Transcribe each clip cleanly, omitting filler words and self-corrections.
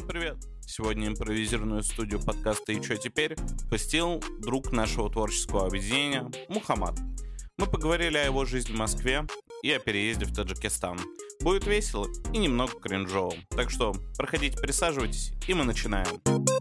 Всем привет! Сегодня импровизированную студию подкаста «И чё теперь» посетил друг нашего творческого объединения Мухаммад. Мы поговорили о его жизни в Москве и о переезде в Таджикистан. Будет весело и немного кринжово. Так что проходите, присаживайтесь, и мы начинаем.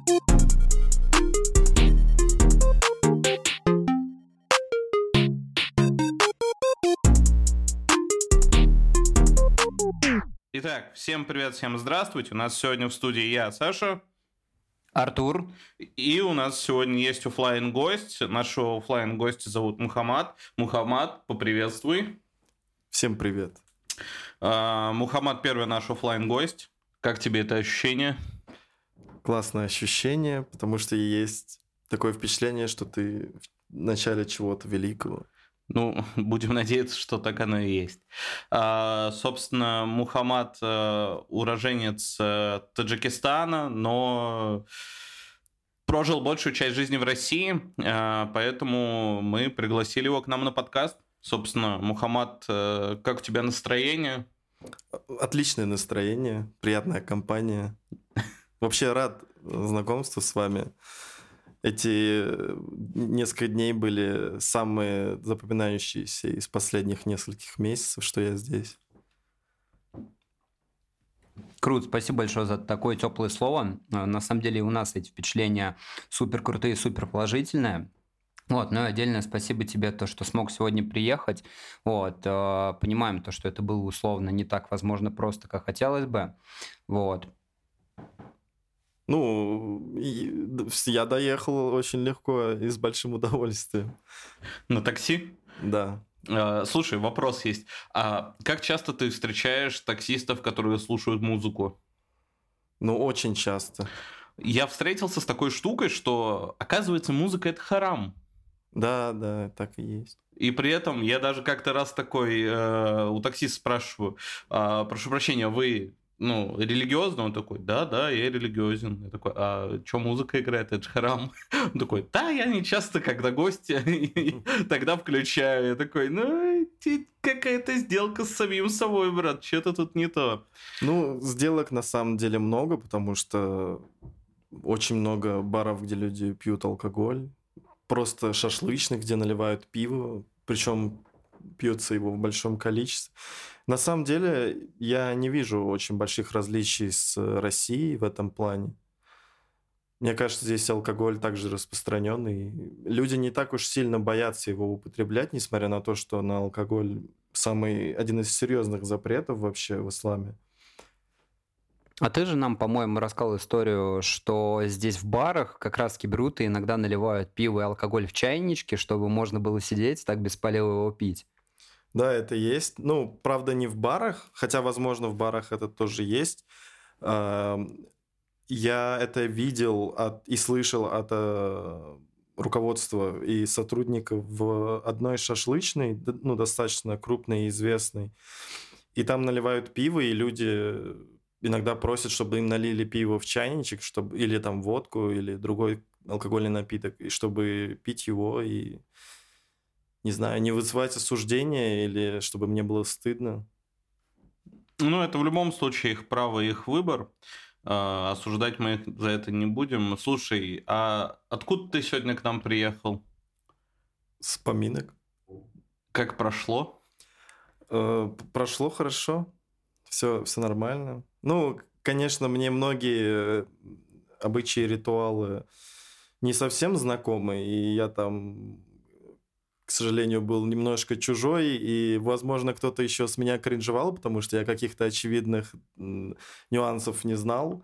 Итак, всем привет, всем здравствуйте. У нас сегодня в студии я, Саша. Артур. И у нас сегодня есть оффлайн-гость. Нашего оффлайн-гостя зовут Мухаммад. Мухаммад, поприветствуй. Всем привет. Мухаммад первый наш оффлайн-гость. Как тебе это ощущение? Классное ощущение, потому что есть такое впечатление, что ты в начале чего-то великого. Ну, будем надеяться, что так оно и есть. Собственно, Мухаммад уроженец Таджикистана, но прожил большую часть жизни в России, поэтому мы пригласили его к нам на подкаст. Собственно, Мухаммад, как у тебя настроение? Отличное настроение, приятная компания. Вообще рад знакомству с вами. Эти несколько дней были самые запоминающиеся из последних нескольких месяцев, что я здесь. Круто, спасибо большое за такое теплое слово. На самом деле у нас эти впечатления супер крутые, супер положительные. Вот, ну и отдельное спасибо тебе, то, что смог сегодня приехать. Вот, понимаем то, что это было условно не так, возможно, просто, как хотелось бы. Вот. Ну, я доехал очень легко и с большим удовольствием. На такси? Да. Слушай, вопрос есть. А как часто ты встречаешь таксистов, которые слушают музыку? Ну, очень часто. Я встретился с такой штукой, что, оказывается, музыка – это харам. Да, так и есть. И при этом я даже как-то раз такой у таксиста спрашиваю, прошу прощения, вы религиозный? Он такой, да, я религиозен. Я такой, а что музыка играет? Это же харам. Он такой, да, я не часто, когда гости, тогда включаю. Я такой, какая-то сделка с самим собой, брат, что-то тут не то. Ну, сделок на самом деле много, потому что очень много баров, где люди пьют алкоголь. Просто шашлычных, где наливают пиво, причем пьется его в большом количестве. На самом деле, я не вижу очень больших различий с Россией в этом плане. Мне кажется, здесь алкоголь также распространенный. Люди не так уж сильно боятся его употреблять, несмотря на то, что на алкоголь один из серьезных запретов вообще в исламе. А ты же нам, по-моему, рассказал историю, что здесь в барах как раз-таки берут и иногда наливают пиво и алкоголь в чайнички, чтобы можно было сидеть так без палева его пить. Да, это есть. Ну, правда, не в барах, хотя, возможно, в барах это тоже есть. Я это видел и слышал от руководства и сотрудников в одной шашлычной, достаточно крупной и известной. И там наливают пиво, и люди иногда просят, чтобы им налили пиво в чайничек, или там водку, или другой алкогольный напиток, и чтобы пить его и, не знаю, не вызывать осуждения, или чтобы мне было стыдно. Ну, это в любом случае их право, их выбор. Осуждать мы их за это не будем. Слушай, а откуда ты сегодня к нам приехал? С поминок. Как прошло? Прошло хорошо. Все нормально. Ну, конечно, мне многие обычаи, ритуалы не совсем знакомы, и я там, к сожалению, был немножко чужой, и, возможно, кто-то еще с меня кринжевал, потому что я каких-то очевидных нюансов не знал.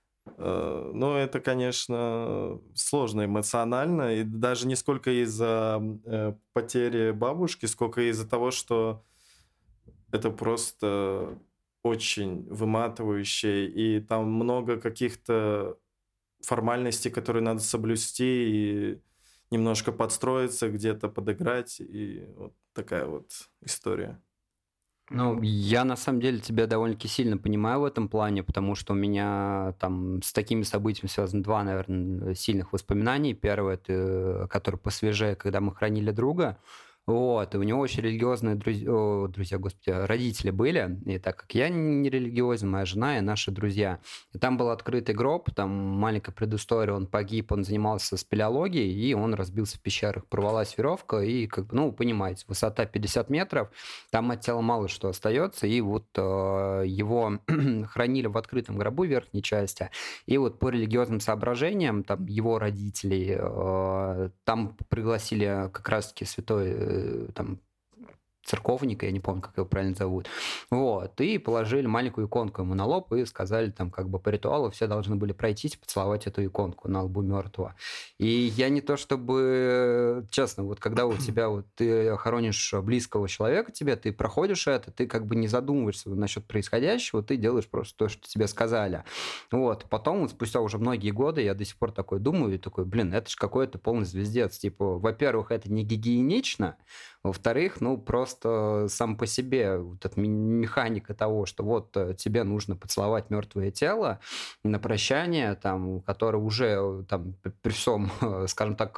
Но это, конечно, сложно эмоционально, и даже не сколько из-за потери бабушки, сколько из-за того, что это просто очень выматывающее, и там много каких-то формальностей, которые надо соблюсти, и немножко подстроиться, где-то подыграть, и вот такая вот история. Ну, я на самом деле тебя довольно-таки сильно понимаю в этом плане, потому что у меня там с такими событиями связаны два, наверное, сильных воспоминания. Первое, это, которое посвежее, когда мы хранили друга. Вот, и у него очень религиозные друзья, господи, родители были, и так как я не религиозен, моя жена и наши друзья. И там был открытый гроб, там маленькая предыстория, он погиб, он занимался спелеологией, и он разбился в пещерах, порвалась веревка, и, как бы, ну, понимаете, высота 50 метров, там от тела мало что остается, и вот его хранили в открытом гробу верхней части, и вот по религиозным соображениям, там, его родителей, там пригласили как раз-таки святой, там, церковника, я не помню, как его правильно зовут, вот, и положили маленькую иконку ему на лоб и сказали, там, как бы по ритуалу все должны были пройтись, поцеловать эту иконку на лбу мертвого. И я не то чтобы, честно, вот когда у тебя, вот ты хоронишь близкого человека тебе, ты проходишь это, ты как бы не задумываешься насчет происходящего, ты делаешь просто то, что тебе сказали. Вот, потом, вот, спустя уже многие годы, я до сих пор такой думаю, и такой, блин, это же какой-то полный звездец, типа, во-первых, это не гигиенично, во-вторых, ну, просто сам по себе вот эта механика того, что вот тебе нужно поцеловать мертвое тело на прощание, там, которое уже там, при всем, скажем так,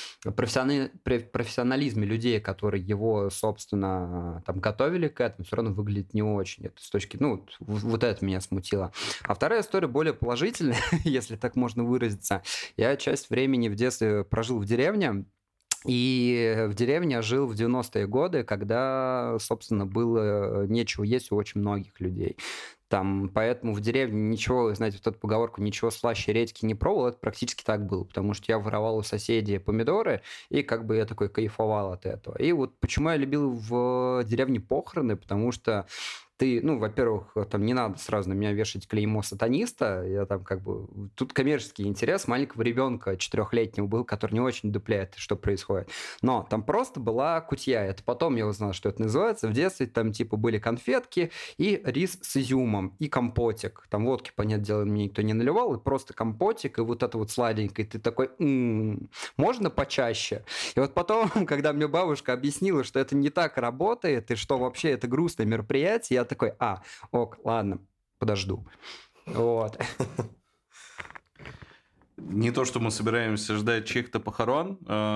профессионализме людей, которые его, собственно, там, готовили к этому, все равно выглядит не очень. Это с точки, ну, вот это меня смутило. А вторая история более положительная, если так можно выразиться. Я часть времени в детстве прожил в деревне, и в деревне я жил в 90-е годы, когда, собственно, было нечего есть у очень многих людей. Там, поэтому в деревне ничего, знаете, вот эту поговорку «ничего слаще редьки не пробовал», это практически так было, потому что я воровал у соседей помидоры, и как бы я такой кайфовал от этого. И вот почему я любил в деревне похороны, потому что ты, ну, во-первых, там не надо сразу на меня вешать клеймо сатаниста, я там как бы... Тут коммерческий интерес маленького ребенка 4-летнего был, который не очень дупляет, что происходит. Но там просто была кутья, это потом я узнал, что это называется. В детстве там типа были конфетки и рис с изюмом, и компотик. Там водки, понятное дело, мне никто не наливал, и просто компотик, и вот это вот сладенькое. Ты такой, можно почаще? И вот потом, когда мне бабушка объяснила, что это не так работает, и что вообще это грустное мероприятие, я такой, ок, ладно, подожду. Вот. Не то, что мы собираемся ждать чьих-то похорон.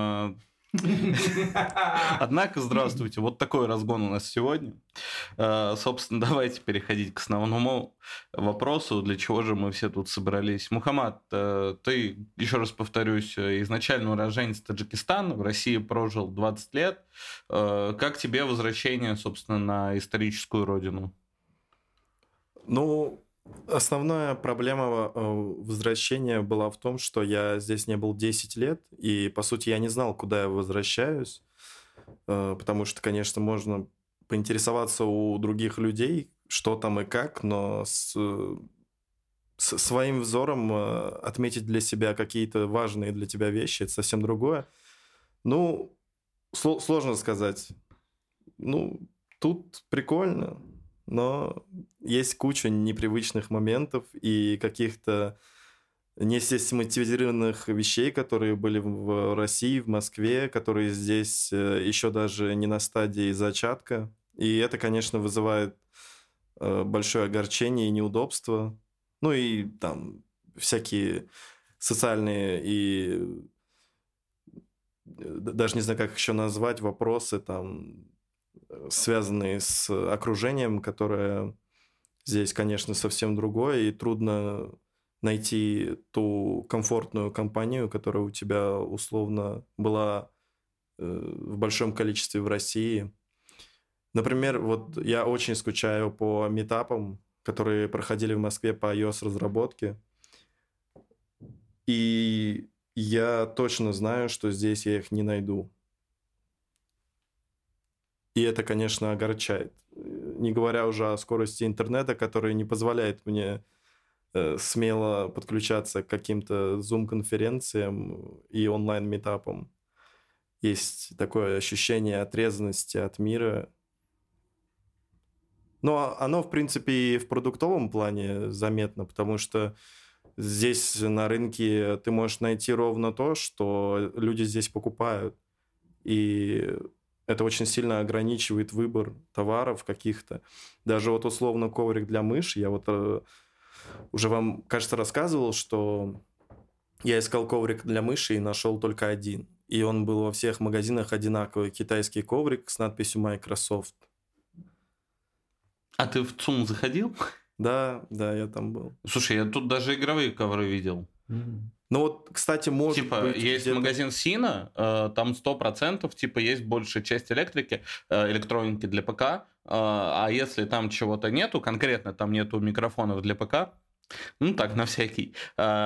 Однако, здравствуйте, вот такой разгон у нас сегодня. Собственно, давайте переходить к основному вопросу, для чего же мы все тут собрались. Мухаммад, ты, еще раз повторюсь, изначально уроженец Таджикистана, в России прожил 20 лет. Как тебе возвращение, собственно, на историческую родину? Ну, основная проблема возвращения была в том, что я здесь не был 10 лет, и, по сути, я не знал, куда я возвращаюсь, потому что, конечно, можно поинтересоваться у других людей, что там и как, но своим взором отметить для себя какие-то важные для тебя вещи, это совсем другое. Ну, сложно сказать. Ну, тут прикольно, но есть куча непривычных моментов и каких-то несистематизированных вещей, которые были в России, в Москве, которые здесь еще даже не на стадии зачатка. И это, конечно, вызывает большое огорчение и неудобство. Ну и там всякие социальные и даже не знаю, как еще назвать, вопросы там, связанные с окружением, которое здесь, конечно, совсем другое, и трудно найти ту комфортную компанию, которая у тебя условно была в большом количестве в России. Например, вот я очень скучаю по митапам, которые проходили в Москве по iOS-разработке. И я точно знаю, что здесь я их не найду. И это, конечно, огорчает. Не говоря уже о скорости интернета, которая не позволяет мне смело подключаться к каким-то Zoom-конференциям и онлайн-митапам. Есть такое ощущение отрезанности от мира. Но оно, в принципе, и в продуктовом плане заметно, потому что здесь на рынке ты можешь найти ровно то, что люди здесь покупают. И это очень сильно ограничивает выбор товаров каких-то. Даже вот условно коврик для мыши. Я вот уже вам, кажется, рассказывал, что я искал коврик для мыши и нашел только один. и он был во всех магазинах одинаковый. Китайский коврик с надписью Microsoft. А ты в ЦУМ заходил? Да, я там был. Слушай, я тут даже игровые ковры видел. Ну вот, кстати, может типа, быть... есть магазин Сина, там 100%, типа, есть большая часть электроники для ПК, а если там чего-то нету, конкретно там нету микрофонов для ПК, ну так, на всякий,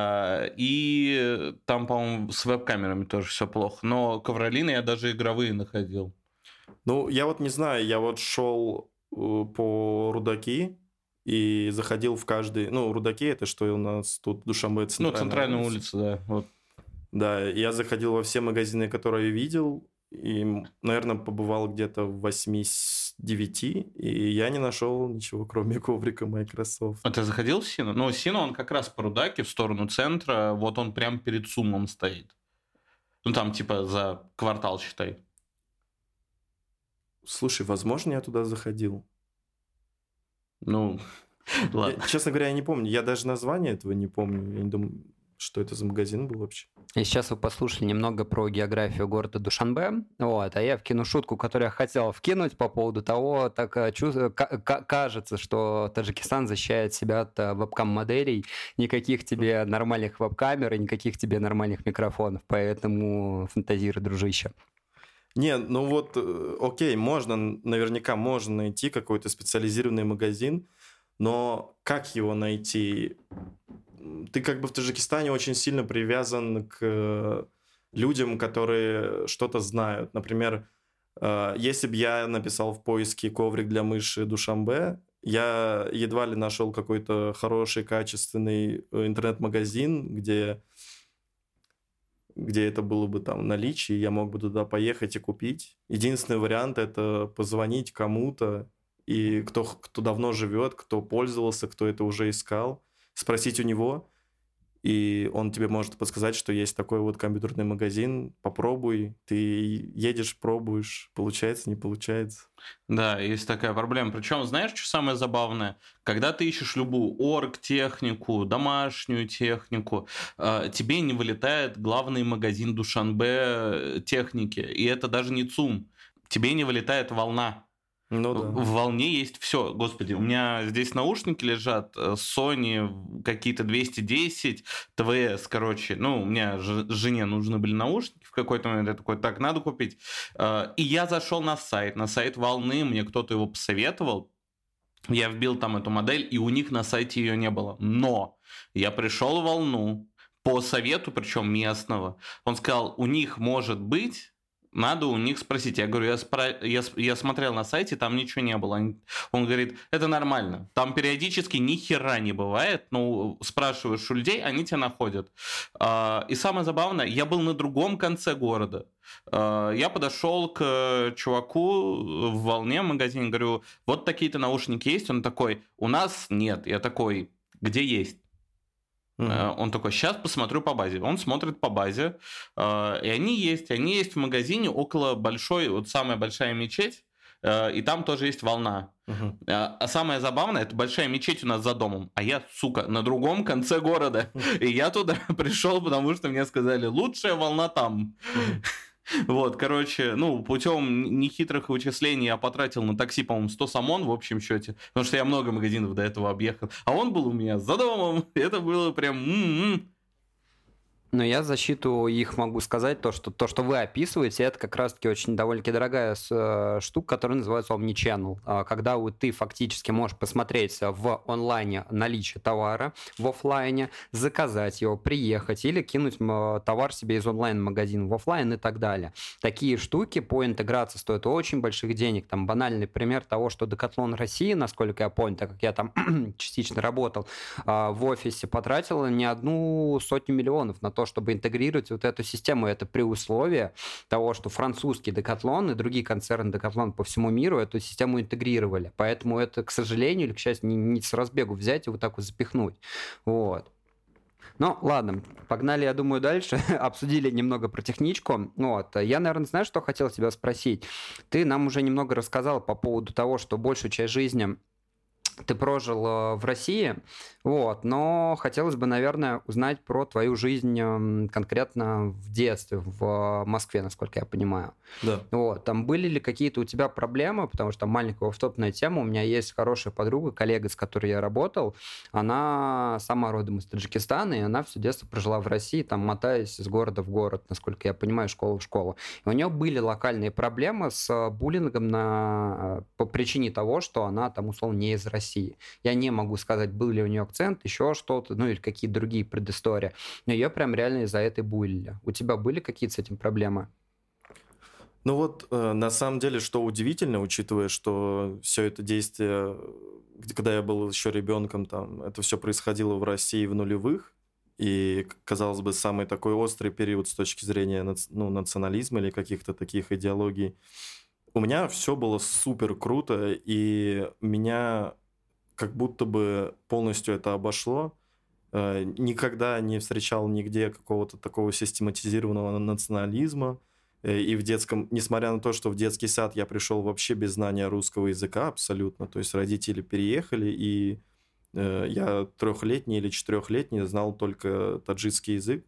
и там, по-моему, с веб-камерами тоже все плохо, но ковролины я даже игровые находил. Ну, я вот не знаю, я вот шел по Рудаки, и заходил в каждый... Ну, Рудаки — это что у нас тут Душанбе, центральная улица, да. Вот. Да, я заходил во все магазины, которые видел, и, наверное, побывал где-то в 8-9, и я не нашел ничего, кроме коврика Microsoft. А ты заходил в Сину? Ну, Сину, он как раз по Рудаке, в сторону центра, вот он прям перед ЦУМом стоит. Ну, там, типа, за квартал, считай. Слушай, возможно, я туда заходил. Ну, ладно. Честно говоря, я не помню. Я даже название этого не помню. Я не думаю, что это за магазин был вообще. И сейчас вы послушали немного про географию города Душанбе. Вот, а я вкину шутку, которую я хотел вкинуть по поводу того, так кажется, что Таджикистан защищает себя от вебкам-моделей. Никаких тебе нормальных веб-камер и никаких тебе нормальных микрофонов. Поэтому фантазируй, дружище. Не, ну вот, окей, наверняка можно найти какой-то специализированный магазин, но как его найти? Ты как бы в Таджикистане очень сильно привязан к людям, которые что-то знают. Например, если бы я написал в поиске коврик для мыши Душанбе, я едва ли нашел какой-то хороший, качественный интернет-магазин, где это было бы там в наличии, я мог бы туда поехать и купить. Единственный вариант — это позвонить кому-то, и кто давно живет, кто пользовался, кто это уже искал, спросить у него, и он тебе может подсказать, что есть такой вот компьютерный магазин, попробуй, ты едешь, пробуешь, получается, не получается. Да, есть такая проблема. Причем, знаешь, что самое забавное? Когда ты ищешь любую оргтехнику, домашнюю технику, тебе не вылетает главный магазин Душанбе техники, и это даже не ЦУМ. Тебе не вылетает волна. Ну, да. В волне есть все. Господи, у меня здесь наушники лежат, Sony какие-то 210, ТВС, короче. Ну, у меня жене нужны были наушники в какой-то момент. Я такой, так, надо купить. И я зашел на сайт волны, мне кто-то его посоветовал. Я вбил там эту модель, и у них на сайте ее не было. Но я пришел в волну по совету, причем местного. Он сказал, у них может быть... Надо у них спросить. Я говорю, я смотрел на сайте, там ничего не было. Он говорит, это нормально. Там периодически ни хера не бывает. Ну, спрашиваешь у людей, они тебя находят. И самое забавное, я был на другом конце города. Я подошел к чуваку в волне в магазине, говорю, вот такие-то наушники есть? Он такой, у нас нет. Я такой, где есть? Он такой, сейчас посмотрю по базе. Он смотрит по базе, и они есть в магазине около большой, вот самая большая мечеть, и там тоже есть волна. А самое забавное, это большая мечеть у нас за домом, а я, сука, на другом конце города. И я туда пришел, потому что мне сказали, лучшая волна там. Вот, короче, ну, путем нехитрых вычислений я потратил на такси, по-моему, 100 самон в общем счете, потому что я много магазинов до этого объехал, а он был у меня за домом, это было прям... Но я в защиту их могу сказать, то, что вы описываете, это как раз-таки очень довольно-таки дорогая штука, которая называется Omnichannel. Когда ты фактически можешь посмотреть в онлайне наличие товара, в офлайне, заказать его, приехать или кинуть товар себе из онлайн-магазина в офлайн и так далее. Такие штуки по интеграции стоят очень больших денег. Там банальный пример того, что Decathlon России, насколько я понял, так как я там частично работал в офисе, потратил не одну сотню миллионов на то, чтобы интегрировать вот эту систему. Это при условии того, что французский Decathlon и другие концерны Decathlon по всему миру эту систему интегрировали. Поэтому это, к сожалению или к счастью, не с разбегу взять и вот так вот запихнуть. Вот. Ну, ладно, погнали, я думаю, дальше. Обсудили немного про техничку. Вот. Я, наверное, знаешь, что хотел тебя спросить? Ты нам уже немного рассказал по поводу того, что большую часть жизни ты прожил в России, вот, но хотелось бы, наверное, узнать про твою жизнь конкретно в детстве, в Москве, насколько я понимаю. Да. Вот, там были ли какие-то у тебя проблемы, потому что там маленькая оффтопная тема, у меня есть хорошая подруга, коллега, с которой я работал, она сама родом из Таджикистана, и она все детство прожила в России, там мотаясь из города в город, насколько я понимаю, школа в школу. И у нее были локальные проблемы с буллингом по причине того, что она там, условно, не из России. Я не могу сказать, был ли у нее акцент, еще что-то, ну или какие-то другие предыстории. Но ее прям реально из-за этой булили. У тебя были какие-то с этим проблемы? Ну вот, на самом деле, что удивительно, учитывая, что все это действие, когда я был еще ребенком, там, это все происходило в России в нулевых, и, казалось бы, самый такой острый период с точки зрения национализма или каких-то таких идеологий. У меня все было супер круто, и меня как будто бы полностью это обошло. Никогда не встречал нигде какого-то такого систематизированного национализма. И в детском, несмотря на то, что в детский сад я пришел вообще без знания русского языка абсолютно, то есть родители переехали, и я 3-летний или 4-летний знал только таджикский язык.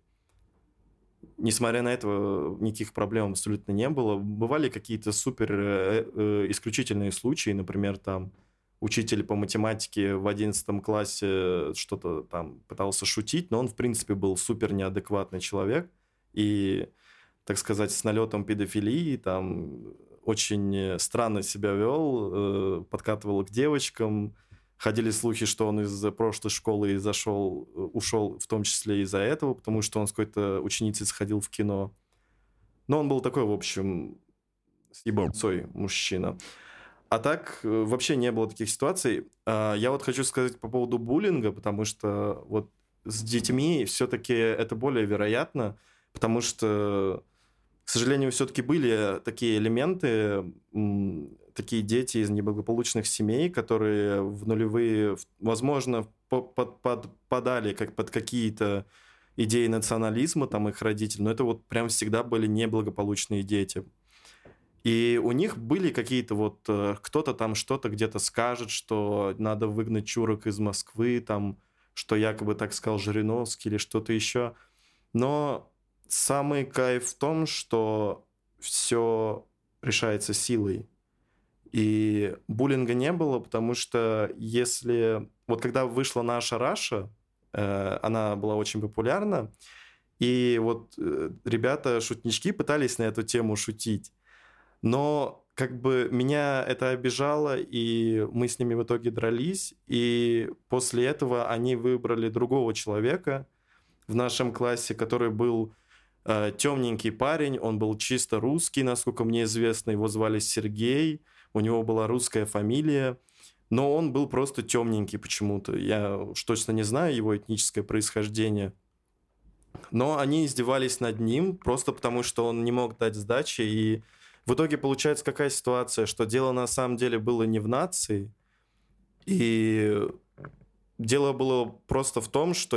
Несмотря на это, никаких проблем абсолютно не было. Бывали какие-то супер исключительные случаи, например, там учитель по математике в 11 классе что-то там пытался шутить, но он, в принципе, был супер неадекватный человек. И, так сказать, с налетом педофилии там очень странно себя вел, подкатывал к девочкам. Ходили слухи, что он из прошлой школы ушел в том числе из-за этого, потому что он с какой-то ученицей сходил в кино. Но он был такой, в общем, с ебанцой мужчина. А так вообще не было таких ситуаций. Я вот хочу сказать по поводу буллинга, потому что вот с детьми все-таки это более вероятно, потому что, к сожалению, все-таки были такие элементы, такие дети из неблагополучных семей, которые в нулевые, возможно, подпадали как под какие-то идеи национализма, там их родители, но это вот прям всегда были неблагополучные дети. И у них были какие-то вот... Кто-то там что-то где-то скажет, что надо выгнать чурок из Москвы, там, что якобы так сказал Жириновский или что-то еще. Но самый кайф в том, что все решается силой. И буллинга не было, потому что если... Вот когда вышла наша Раша, она была очень популярна, и вот ребята, шутнички, пытались на эту тему шутить. Но как бы меня это обижало, и мы с ними в итоге дрались, и после этого они выбрали другого человека в нашем классе, который был темненький парень, он был чисто русский, насколько мне известно, его звали Сергей, у него была русская фамилия, но он был просто темненький почему-то, я уж точно не знаю его этническое происхождение. Но они издевались над ним просто потому, что он не мог дать сдачи, и в итоге получается какая ситуация, что дело на самом деле было не в нации, и дело было просто в том, что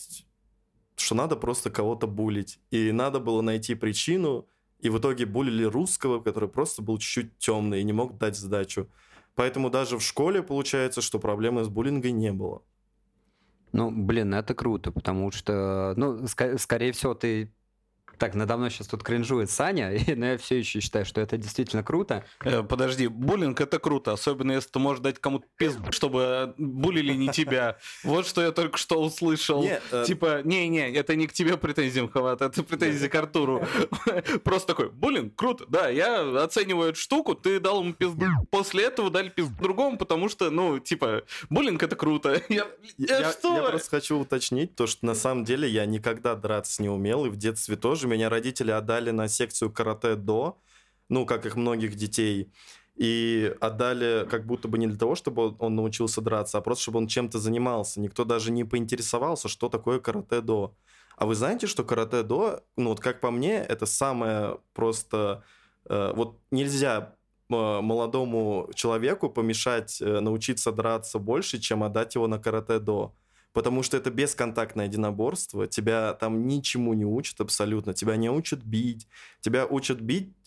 надо просто кого-то булить. И надо было найти причину, и в итоге булили русского, который просто был чуть-чуть темный и не мог дать сдачу. Поэтому даже в школе получается, что проблемы с буллингом не было. Ну, блин, это круто, потому что, ну, скорее всего, ты... Так, надо мной сейчас тут кринжует Саня, но я все еще считаю, что это действительно круто. Подожди, буллинг это круто, особенно если ты можешь дать кому-то пизду, чтобы булили не тебя. Вот что я только что услышал. Типа, не, это не к тебе претензии, Мхават, это претензии к Артуру. Просто такой, буллинг, круто, да, я оцениваю эту штуку, ты дал ему пизду. После этого дали пизду другому, потому что, ну, типа, буллинг это круто. Я просто хочу уточнить то, что на самом деле я никогда драться не умел, и в детстве тоже меня родители отдали на секцию каратэ-до, ну, как их многих детей, и отдали как будто бы не для того, чтобы он научился драться, а просто чтобы он чем-то занимался. Никто даже не поинтересовался, что такое каратэ-до. А вы знаете, что каратэ-до, ну, вот как по мне, это самое просто... Вот нельзя молодому человеку помешать научиться драться больше, чем отдать его на каратэ-до. Потому что это бесконтактное единоборство, тебя там ничему не учат абсолютно, тебя не учат бить, тебя учат бить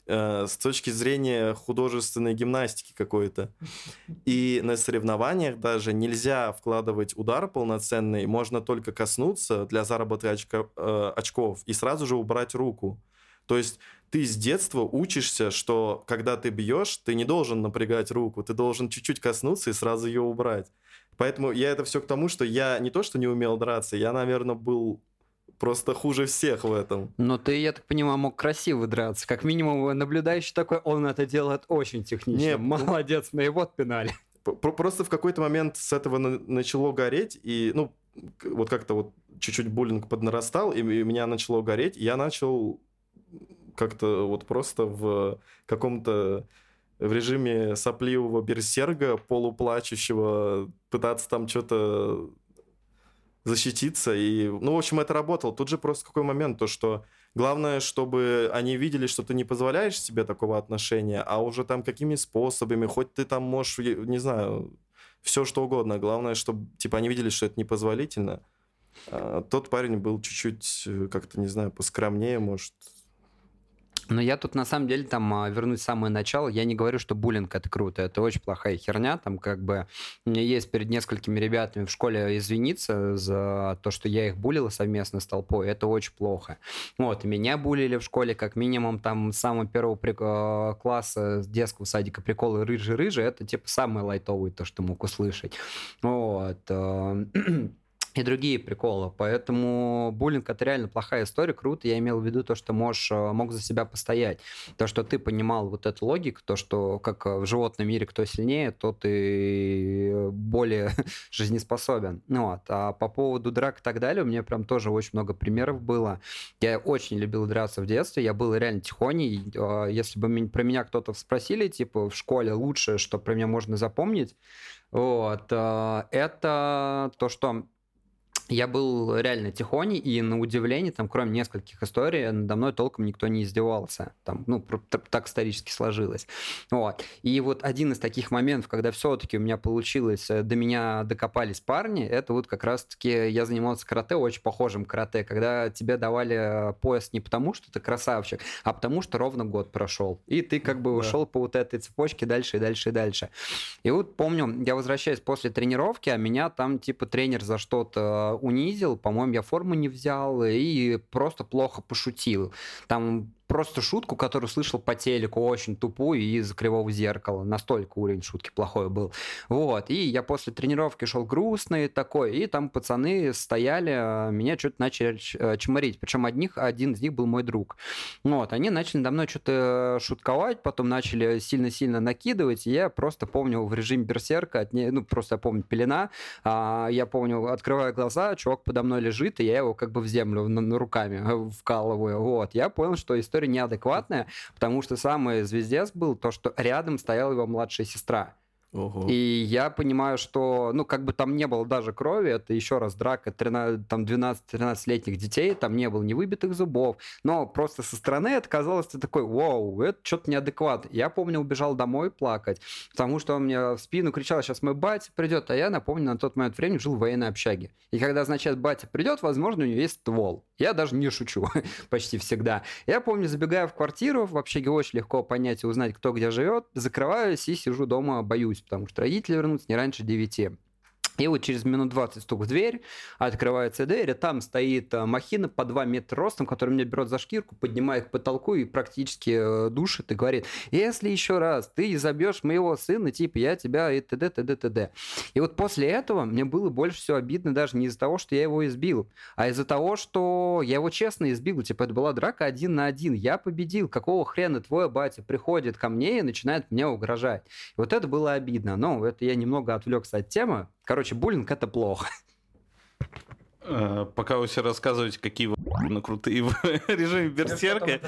с точки зрения художественной гимнастики какой-то. И на соревнованиях даже нельзя вкладывать удар полноценный, можно только коснуться для заработка очков и сразу же убрать руку. То есть ты с детства учишься, что когда ты бьешь, ты не должен напрягать руку, ты должен чуть-чуть коснуться и сразу ее убрать. Поэтому я это все к тому, что я не то, что не умел драться, я, наверное, был просто хуже всех в этом. Но ты, я так понимаю, мог красиво драться. Как минимум, наблюдающий такой, он это делает очень технично. Не, молодец, мы его отпинали. Просто в какой-то момент с этого начало гореть, и, ну, вот как-то вот чуть-чуть буллинг поднарастал, и меня начало гореть, и я начал как-то вот просто в каком-то в режиме сопливого берсерга, полуплачущего, пытаться там что-то защититься. И, ну, в общем, это работало. Тут же просто какой момент, то, что главное, чтобы они видели, что ты не позволяешь себе такого отношения, а уже там какими способами, хоть ты там можешь, не знаю, все что угодно. Главное, чтобы, типа, они видели, что это непозволительно. А тот парень был чуть-чуть, как-то, не знаю, поскромнее, может. Но я тут, на самом деле, там, вернуть самое начало, я не говорю, что буллинг — это круто, это очень плохая херня, там, как бы, у меня есть перед несколькими ребятами в школе извиниться за то, что я их буллил совместно с толпой, это очень плохо. Вот, и меня буллили в школе, как минимум, там, с самого первого класса детского садика приколы «рыжий-рыжий», это, типа, самое лайтовое, то, что мог услышать. Вот. И другие приколы. Поэтому буллинг — это реально плохая история. Круто. Я имел в виду то, что мог за себя постоять. То, что ты понимал вот эту логику, то, что как в животном мире кто сильнее, тот и более жизнеспособен. Вот. А по поводу драк и так далее, у меня прям тоже очень много примеров было. Я очень любил драться в детстве. Я был реально тихоней. Если бы про меня кто-то спросили, типа, в школе лучшее, что про меня можно запомнить, вот, это то, что я был реально тихоней, и на удивление, там, кроме нескольких историй, надо мной толком никто не издевался. Там, ну, так исторически сложилось. Вот. И вот один из таких моментов, когда все-таки у меня получилось, до меня докопались парни, это вот как раз-таки я занимался карате, очень похожим карате, когда тебе давали пояс не потому, что ты красавчик, а потому, что ровно год прошел. И ты как бы ушел по вот этой цепочке дальше и дальше и дальше. И вот помню, я возвращаюсь после тренировки, а меня там типа тренер за что-то унизил, по-моему, я форму не взял и просто плохо пошутил. Там просто шутку, которую слышал по телеку, очень тупую, из кривого зеркала. Настолько уровень шутки плохой был. Вот. И я после тренировки шел грустный такой, и там пацаны стояли, меня что-то начали чморить. Причем один из них был мой друг. Вот. Они начали надо мной что-то шутковать, потом начали сильно-сильно накидывать, и я просто помню в режиме берсерка, ну, просто я помню пелена, я помню, открываю глаза, чувак подо мной лежит, и я его как бы в землю руками вкалываю. Вот. Я понял, что история неадекватная, потому что самый звездец был то, что рядом стояла его младшая сестра. Ого. И я понимаю, что, ну, как бы там не было даже крови, это еще раз драка 12-13-летних детей, там не было ни выбитых зубов, но просто со стороны это казалось, ты такой, вау, это что-то неадекватно. Я помню, убежал домой плакать, потому что он мне в спину кричал, сейчас мой батя придет, а я, напомню, на тот момент времени жил в военной общаге. И когда, значит, батя придет, возможно, у него есть ствол. Я даже не шучу, почти всегда. Я помню, забегая в квартиру, в общаге очень легко понять и узнать, кто где живет, закрываюсь и сижу дома, боюсь, потому что родители вернутся не раньше 9. И вот через минут 20 стук в дверь, открывается дверь, и там стоит махина по 2 метра ростом, который меня берет за шкирку, поднимает к потолку и практически душит и говорит, если еще раз ты забьешь моего сына, типа я тебя и т.д. т.д. т.д. И вот после этого мне было больше всего обидно даже не из-за того, что я его избил, а из-за того, что я его честно избил. Типа это была драка 1 на 1. Я победил. Какого хрена твой батя приходит ко мне и начинает мне угрожать? И вот это было обидно. Но это я немного отвлекся от темы. Короче, буллинг — это плохо. Пока вы все рассказываете, какие вы крутые в режиме берсерка.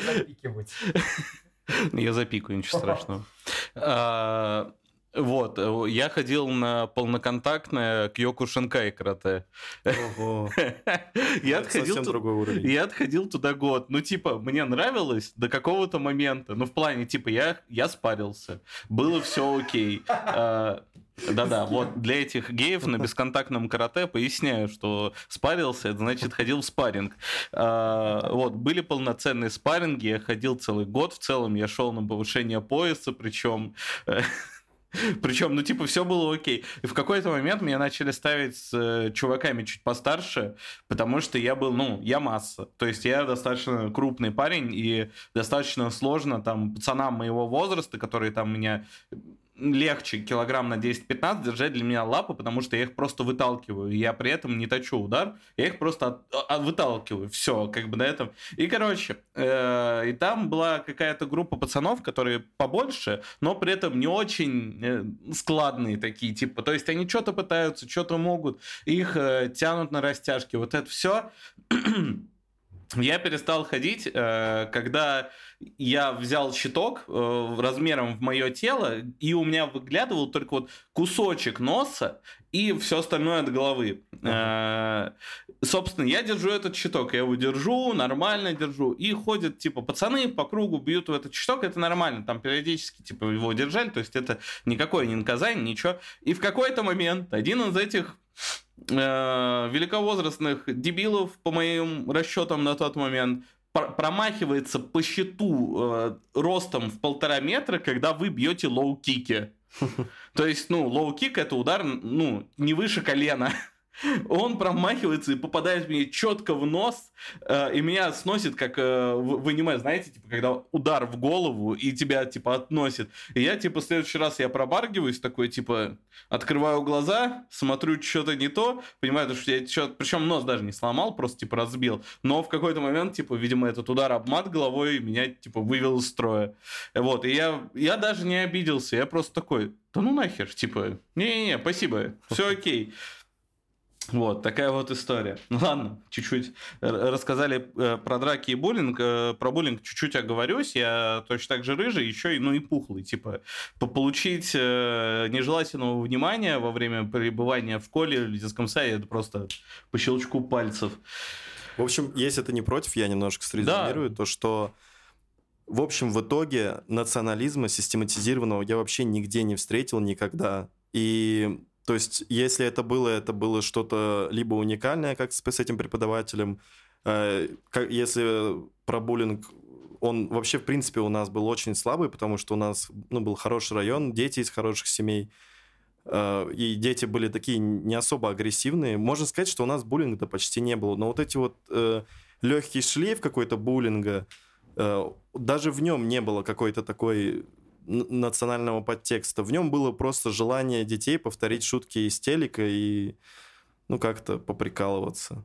Я запикаю, ничего страшного. Вот, я ходил на полноконтактное Кьёкушинкай карате. Ого. Я совсем другой уровень. Я отходил туда год. Ну, типа, мне нравилось до какого-то момента. Ну, в плане, типа, я спарился. Было все окей. Да-да, вот для этих геев на бесконтактном карате поясняю, что спарился, это значит ходил в спарринг. Вот, были полноценные спарринги, я ходил целый год, в целом я шел на повышение пояса, причем... Причем, ну, типа, все было окей. И в какой-то момент меня начали ставить с чуваками чуть постарше, потому что я был, ну, я масса. То есть я достаточно крупный парень, и достаточно сложно там пацанам моего возраста, которые там меня легче килограмм на 10-15 держать для меня лапы, потому что я их просто выталкиваю. Я при этом не точу удар, я их просто выталкиваю. Все, как бы на этом. И, короче, и там была какая-то группа пацанов, которые побольше, но при этом не очень складные такие, типа. То есть они что-то пытаются, что-то могут, их тянут на растяжки. Вот это все. Я перестал ходить, когда я взял щиток размером в мое тело, и у меня выглядывал только вот кусочек носа и все остальное от головы. Собственно, я держу этот щиток, я его держу, нормально держу, и ходят, типа, пацаны по кругу бьют в этот щиток, это нормально, там периодически, типа, его держали, то есть это никакое не наказание, ничего. И в какой-то момент один из этих великовозрастных дебилов, по моим расчетам на тот момент, промахивается по щиту ростом в 1,5 метра, когда вы бьете лоу-кики. То есть, ну, лоу-кик — это удар, ну, не выше колена. Он промахивается и попадает мне четко в нос, и меня сносит, как в аниме, знаете, типа, когда удар в голову, и тебя, типа, относит. И я, типа, в следующий раз я пробаргиваюсь, такой, типа, открываю глаза, смотрю, что-то не то, понимаю, что я что-то... Причем нос даже не сломал, просто, типа, разбил. Но в какой-то момент, типа, видимо, этот удар об мат головой меня, типа, вывел из строя. Вот, и я даже не обиделся, я просто такой, да ну нахер, типа, не-не-не, спасибо, все окей. Вот, такая вот история. Ну ладно, чуть-чуть рассказали про драки и буллинг. Про буллинг чуть-чуть оговорюсь. Я точно так же рыжий, еще и, ну, и пухлый. Типа, получить нежелательного внимания во время пребывания в школе или в детском саде — это просто по щелчку пальцев. В общем, если ты не против, я немножко срезюмирую, то что в общем, в итоге национализма систематизированного я вообще нигде не встретил никогда. И то есть, если это было что-то либо уникальное, как с этим преподавателем. Если про буллинг, он вообще, в принципе, у нас был очень слабый, потому что у нас был хороший район, дети из хороших семей, и дети были такие не особо агрессивные. Можно сказать, что у нас буллинга-то почти не было. Но вот эти вот легкий шлейф какой-то буллинга, даже в нем не было какой-то такой национального подтекста. В нем было просто желание детей повторить шутки из телека и, ну, как-то поприкалываться.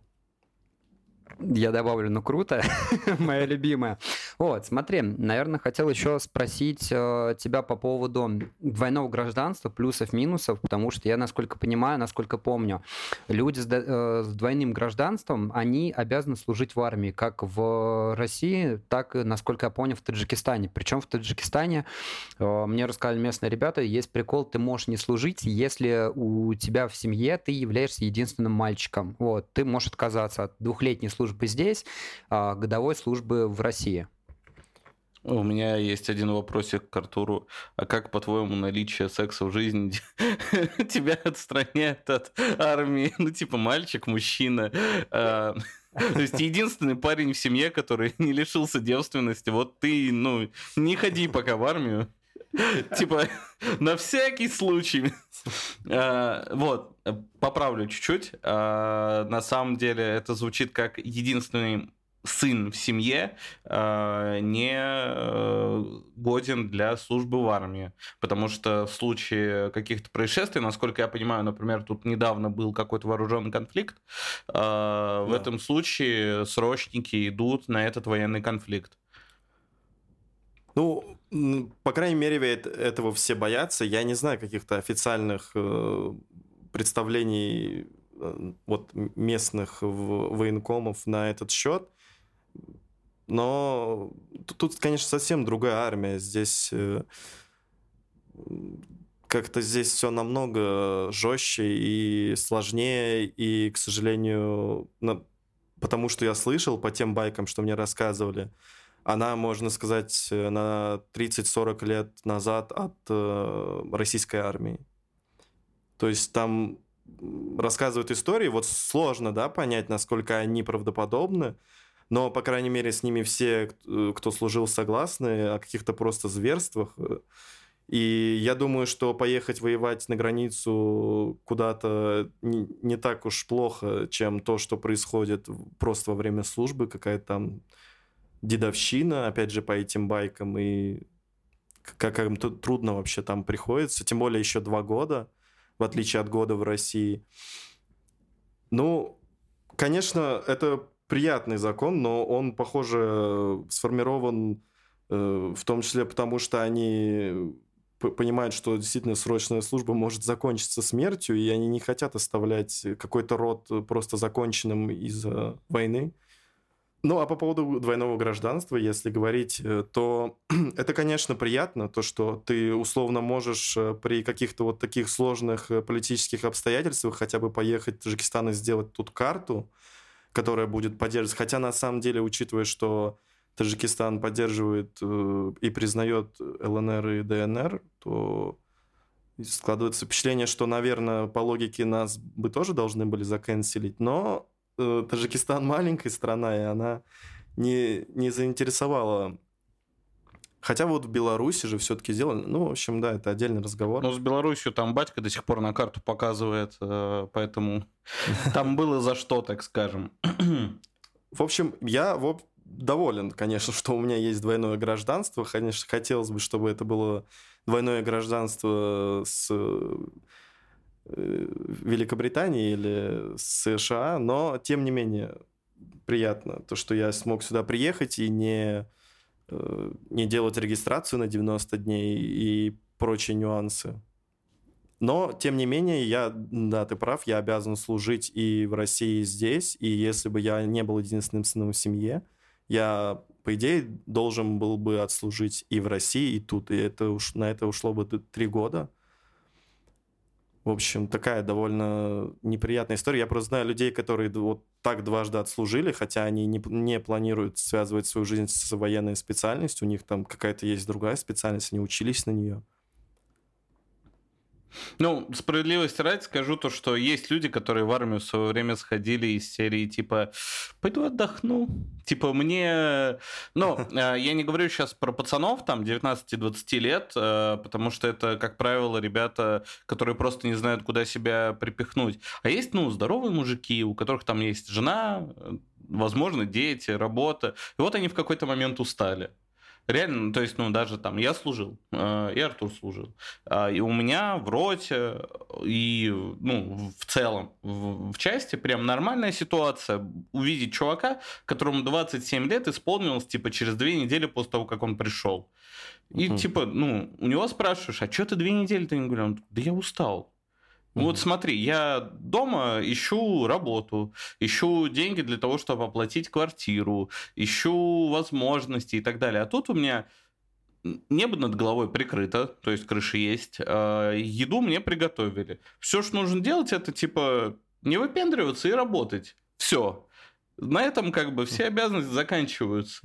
Я добавлю, ну круто, моя любимая. Вот, смотри, наверное, хотел еще спросить тебя по поводу двойного гражданства, плюсов-минусов, потому что я, насколько понимаю, насколько помню, люди с двойным гражданством, они обязаны служить в армии, как в России, так и, насколько я понял, в Таджикистане. Причем в Таджикистане, мне рассказали местные ребята, есть прикол, ты можешь не служить, если у тебя в семье ты являешься единственным мальчиком. Вот, ты можешь отказаться от 2-летней службы здесь, годовой службы в России. У меня есть один вопросик к Артуру. А как, по-твоему, наличие секса в жизни тебя отстраняет от армии? Ну, типа, мальчик, мужчина. То есть единственный парень в семье, который не лишился девственности. Вот ты, ну, не ходи пока в армию. Типа, на всякий случай. Вот, поправлю чуть-чуть. На самом деле это звучит как единственный сын в семье не годен для службы в армии. Потому что в случае каких-то происшествий, насколько я понимаю, например, тут недавно был какой-то вооруженный конфликт, в этом случае срочники идут на этот военный конфликт. Ну, по крайней мере, этого все боятся. Я не знаю каких-то официальных представлений вот местных военкомов на этот счет. Но тут, конечно, совсем другая армия. Здесь как-то здесь все намного жестче и сложнее. И, к сожалению, потому что я слышал по тем байкам, что мне рассказывали, она, можно сказать, на 30-40 лет назад от российской армии. То есть там рассказывают истории, вот сложно, да, понять, насколько они правдоподобны, но, по крайней мере, с ними все, кто служил, согласны о каких-то просто зверствах. И я думаю, что поехать воевать на границу куда-то не так уж плохо, чем то, что происходит просто во время службы, какая-то там дедовщина, опять же, по этим байкам, и как им тут трудно вообще там приходится, тем более еще 2 года, в отличие от года в России. Ну, конечно, это приятный закон, но он, похоже, сформирован в том числе потому, что они понимают, что действительно срочная служба может закончиться смертью, и они не хотят оставлять какой-то род просто законченным из-за войны. Ну, а по поводу двойного гражданства, если говорить, то это, конечно, приятно, то, что ты условно можешь при каких-то вот таких сложных политических обстоятельствах хотя бы поехать в Таджикистан и сделать тут карту, которая будет поддерживать. Хотя, на самом деле, учитывая, что Таджикистан поддерживает и признает ЛНР и ДНР, то складывается впечатление, что, наверное, по логике нас бы тоже должны были заканцелить, но Таджикистан маленькая страна, и она не заинтересовала. Хотя вот в Беларуси же все-таки сделали. Ну, в общем, да, это отдельный разговор. Ну, с Беларусью там батька до сих пор на карту показывает, поэтому там было за что, так скажем. В общем, я доволен, конечно, что у меня есть двойное гражданство. Конечно, хотелось бы, чтобы это было двойное гражданство с Великобритании или с США, но, тем не менее, приятно то, что я смог сюда приехать и не делать регистрацию на 90 дней и прочие нюансы. Но, тем не менее, да, ты прав, я обязан служить и в России, и здесь, и если бы я не был единственным сыном в семье, я, по идее, должен был бы отслужить и в России, и тут, и на это ушло бы 3 года. В общем, такая довольно неприятная история. Я просто знаю людей, которые вот так дважды отслужили, хотя они не планируют связывать свою жизнь с военной специальностью. У них там какая-то есть другая специальность, они учились на нее. Ну, справедливости ради скажу то, что есть люди, которые в армию в свое время сходили из серии типа «пойду отдохну». Типа мне... Ну, я не говорю сейчас про пацанов там 19-20 лет, потому что это, как правило, ребята, которые просто не знают, куда себя припихнуть. А есть, ну, здоровые мужики, у которых там есть жена, возможно, дети, работа. И вот они в какой-то момент устали. Реально, то есть, ну, даже там я служил, и Артур служил. И у меня в роте, и, ну, в целом, в части прям нормальная ситуация. Увидеть чувака, которому 27 лет исполнилось, типа, через 2 недели после того, как он пришел. И, типа, ну, у него спрашиваешь, а что ты 2 недели-то не гулял? Он такой, да я устал. Вот смотри, я дома ищу работу, ищу деньги для того, чтобы оплатить квартиру, ищу возможности и так далее. А тут у меня небо над головой прикрыто, то есть крыша есть, еду мне приготовили. Все, что нужно делать, это типа не выпендриваться и работать. Все. На этом как бы все обязанности заканчиваются.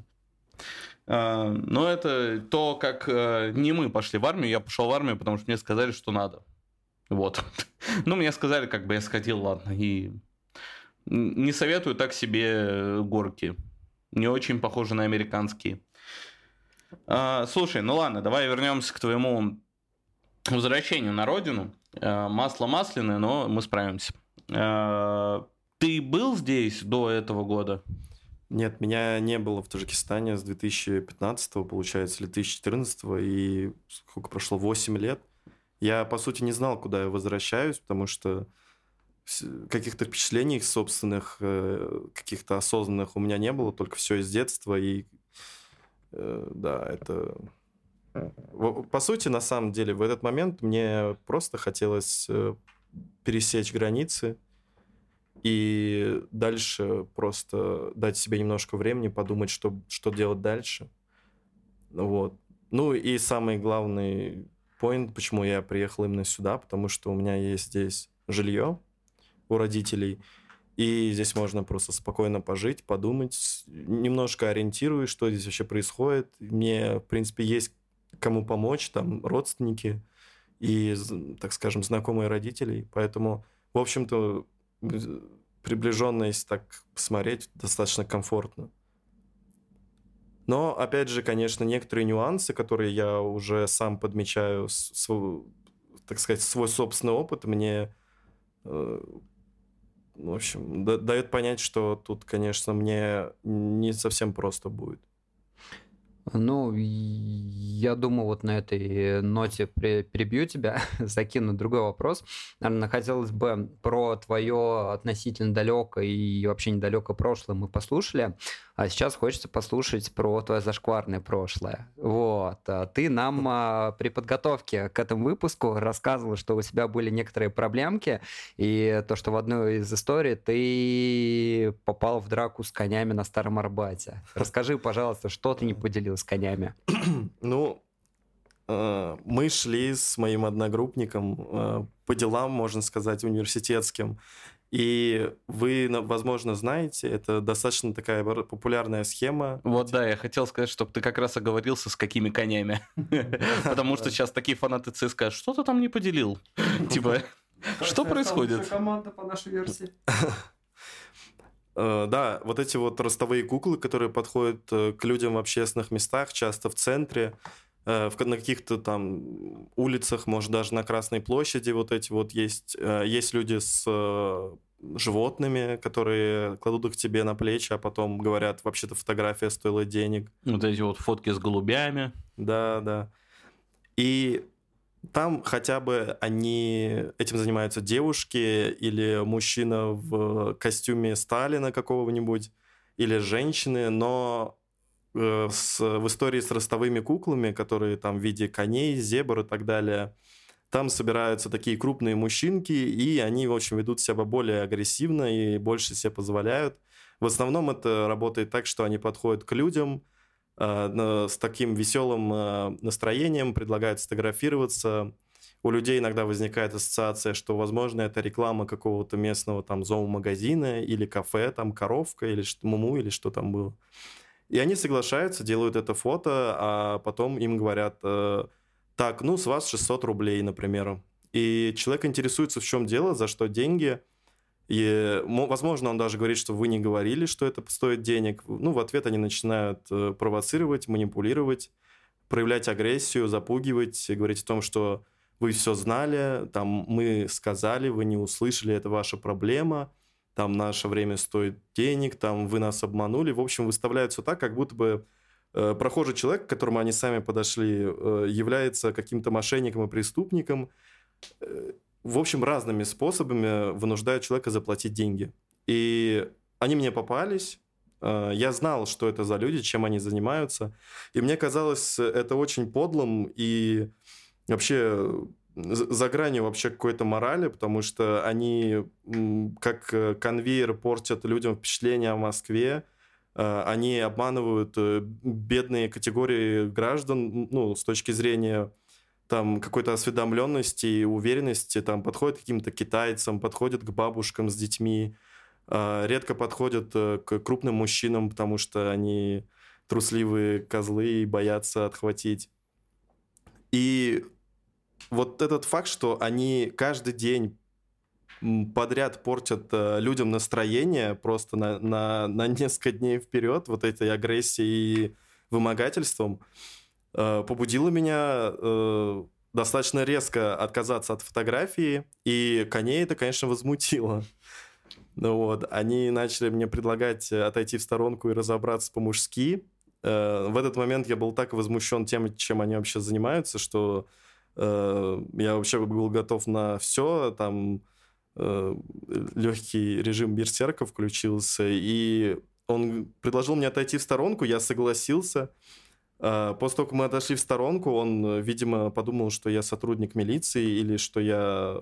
Но это то, как не мы пошли в армию. Я пошел в армию, потому что мне сказали, что надо. Вот. Ну, мне сказали, как бы я сходил, ладно. И не советую так себе горки. Не очень похожи на американские. Слушай, ну ладно, давай вернемся к твоему возвращению на родину. Масло масляное, но мы справимся. Ты был здесь до этого года? Нет, меня не было в Таджикистане с 2015, получается, или 2014, и сколько прошло, 8 лет. Я, по сути, не знал, куда я возвращаюсь, потому что каких-то впечатлений собственных, каких-то осознанных у меня не было, только все из детства. И да, это... По сути, на самом деле, в этот момент мне просто хотелось пересечь границы и дальше просто дать себе немножко времени, подумать, что делать дальше. Вот. Ну и самый главный... point, почему я приехал именно сюда, потому что у меня есть здесь жилье у родителей, и здесь можно просто спокойно пожить, подумать, немножко ориентируюсь, что здесь вообще происходит. Мне, в принципе, есть кому помочь, там родственники, и, так скажем, знакомые родителей. Поэтому, в общем-то, приближенно, если так посмотреть, достаточно комфортно. Но, опять же, конечно, некоторые нюансы, которые я уже сам подмечаю, так сказать, свой собственный опыт, мне, в общем, дает понять, что тут, конечно, мне не совсем просто будет. Ну, я думаю, вот на этой ноте перебью тебя, закину другой вопрос. Наверное, хотелось бы про твое относительно далекое и вообще недалекое прошлое мы послушали, а сейчас хочется послушать про твое зашкварное прошлое. Вот. Ты нам при подготовке к этому выпуску рассказывал, что у тебя были некоторые проблемки, и то, что в одной из историй ты попал в драку с конями на Старом Арбате. Расскажи, пожалуйста, что ты не поделил с конями? Ну, мы шли с моим одногруппником по делам, можно сказать, университетским. И вы, возможно, знаете, это достаточно такая популярная схема. Вот да, я хотел сказать, чтобы ты как раз оговорился, с какими конями. Потому что сейчас такие фанаты ЦСКА, что ты там не поделил? Типа, что происходит? Команда по нашей версии. Да, вот эти вот ростовые куклы, которые подходят к людям в общественных местах, часто в центре, на каких-то там улицах, может, даже на Красной площади вот эти вот есть. Есть люди с животными, которые кладут их тебе на плечи, а потом говорят, вообще-то фотография стоила денег. Вот эти вот фотки с голубями. Да, да. И там хотя бы этим занимаются девушки или мужчина в костюме Сталина какого-нибудь, или женщины, но в истории с ростовыми куклами, которые там в виде коней, зебр и так далее, там собираются такие крупные мужчинки, и они, в общем, ведут себя более агрессивно и больше себе позволяют. В основном это работает так, что они подходят к людям, с таким веселым настроением, предлагают сфотографироваться. У людей иногда возникает ассоциация, что, возможно, это реклама какого-то местного там зоомагазина или кафе, там коровка или муму, или что там было. И они соглашаются, делают это фото, а потом им говорят, так, ну, с вас 600 рублей, например. И человек интересуется, в чем дело, за что деньги. И, возможно, он даже говорит, что вы не говорили, что это стоит денег. Ну, в ответ они начинают провоцировать, манипулировать, проявлять агрессию, запугивать, говорить о том, что вы все знали, там мы сказали, вы не услышали, это ваша проблема, там наше время стоит денег, там вы нас обманули. В общем, выставляют все так, как будто бы прохожий человек, к которому они сами подошли, является каким-то мошенником и преступником. В общем, разными способами вынуждают человека заплатить деньги. И они мне попались. Я знал, что это за люди, чем они занимаются. И мне казалось это очень подлым и вообще за гранью вообще какой-то морали, потому что они как конвейер портят людям впечатление о Москве. Они обманывают бедные категории граждан, ну, с точки зрения там какой-то осведомленности и уверенности, там подходят к каким-то китайцам, подходят к бабушкам с детьми, редко подходят к крупным мужчинам, потому что они трусливые козлы и боятся отхватить. И вот этот факт, что они каждый день подряд портят людям настроение просто на несколько дней вперед вот этой агрессией и вымогательством, побудило меня достаточно резко отказаться от фотографии, и коней это, конечно, возмутило. Ну вот, они начали мне предлагать отойти в сторонку и разобраться по-мужски. В этот момент я был так возмущен тем, чем они вообще занимаются, что я вообще был готов на все, там легкий режим берсерка включился, и он предложил мне отойти в сторонку, я согласился. После того, как мы отошли в сторонку, он, видимо, подумал, что я сотрудник милиции или что я...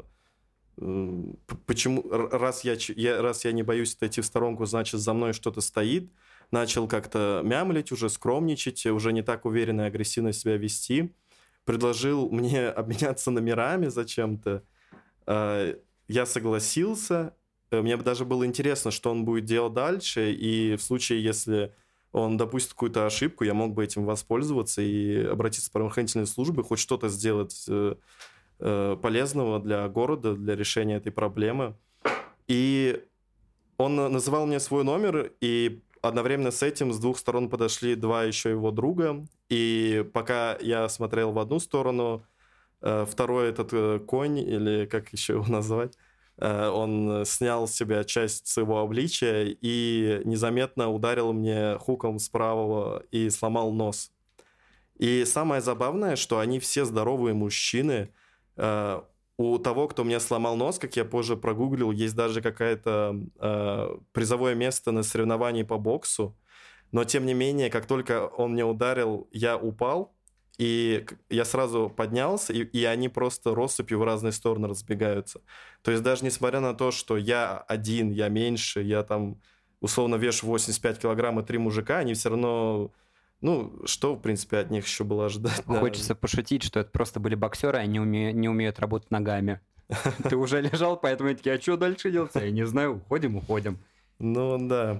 Почему? Раз я не боюсь отойти в сторонку, значит, за мной что-то стоит. Начал как-то мямлить, уже скромничать, уже не так уверенно и агрессивно себя вести. Предложил мне обменяться номерами зачем-то. Я согласился. Мне даже было интересно, что он будет делать дальше. И в случае, если он допустит какую-то ошибку, я мог бы этим воспользоваться и обратиться в правоохранительные службы, хоть что-то сделать полезного для города, для решения этой проблемы. И он называл мне свой номер, и одновременно с этим с двух сторон подошли два еще его друга. И пока я смотрел в одну сторону, второй этот конь, или как еще его назвать, он снял с себя часть своего обличия и незаметно ударил мне хуком с правого и сломал нос. И самое забавное, что они все здоровые мужчины. У того, кто мне сломал нос, как я позже прогуглил, есть даже какое-то призовое место на соревновании по боксу. Но, тем не менее, как только он мне ударил, я упал, и я сразу поднялся, и они просто россыпью в разные стороны разбегаются. То есть даже несмотря на то, что я один, я меньше, я там условно вешу 85 килограмм и 3 мужика, они все равно... Ну, что, в принципе, от них еще было ожидать? Хочется пошутить, что это просто были боксеры, они не умеют работать ногами. Ты уже лежал, поэтому я такие, а что дальше делать? Я не знаю, уходим. Ну, да.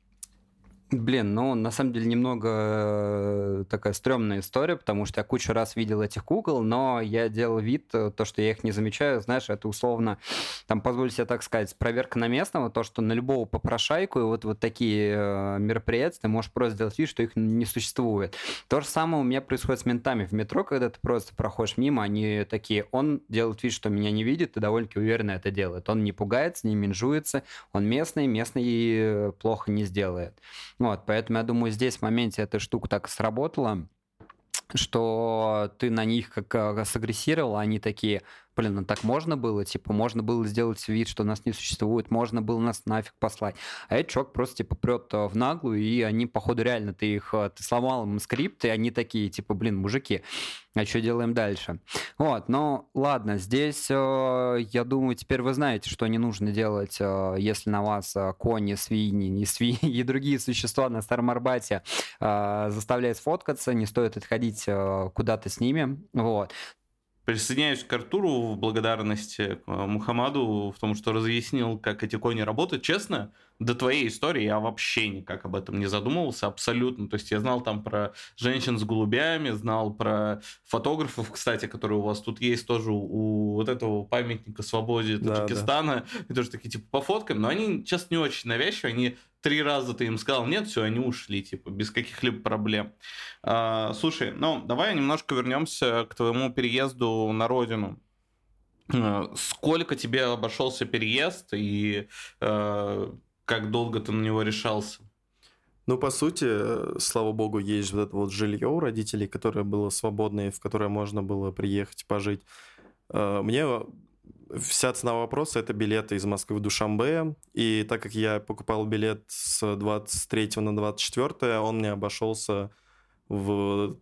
Блин, ну, на самом деле, немного такая стрёмная история, потому что я кучу раз видел этих кукол, но я делал вид, то, что я их не замечаю, знаешь, это условно, там, позволю себе так сказать, проверка на местного, то, что на любого попрошайку и вот такие мероприятия ты можешь просто сделать вид, что их не существует. То же самое у меня происходит с ментами в метро, когда ты просто проходишь мимо, они такие, он делает вид, что меня не видит, и довольно-таки уверенно это делает. Он не пугается, не менжуется, он местный плохо не сделает. Вот, поэтому я думаю, здесь в моменте эта штука так сработала, что ты на них как сагрессировал, а они такие, блин, ну так можно было? Типа, можно было сделать вид, что нас не существует, можно было нас нафиг послать. А этот чувак просто, типа, прет в наглую, и они, походу, реально, ты сломал им скрипт, и они такие, типа, блин, мужики, а что делаем дальше? Вот, ну, ладно, здесь, я думаю, теперь вы знаете, что не нужно делать, если на вас кони, свиньи и другие существа на Старом Арбате заставляют сфоткаться, не стоит отходить куда-то с ними, вот. Присоединяюсь к Артуру в благодарности к Мухаммаду в том, что разъяснил, как эти кони работают. Честно, до твоей истории я вообще никак об этом не задумывался, абсолютно. То есть я знал там про женщин с голубями, знал про фотографов, кстати, которые у вас тут есть тоже у вот этого памятника свободе Таджикистана. Да. И тоже такие, типа, по фоткам, но они, честно, не очень навязчивые, они 3 раза ты им сказал нет, все, они ушли, типа, без каких-либо проблем. Слушай, ну, давай немножко вернемся к твоему переезду на родину. Сколько тебе обошелся переезд и как долго ты на него решался? Ну, по сути, слава богу, есть вот это вот жилье у родителей, которое было свободное, в которое можно было приехать, пожить. Мне вся цена вопроса — это билеты из Москвы в Душанбе, и так как я покупал билет с 23 на 24, он мне обошелся в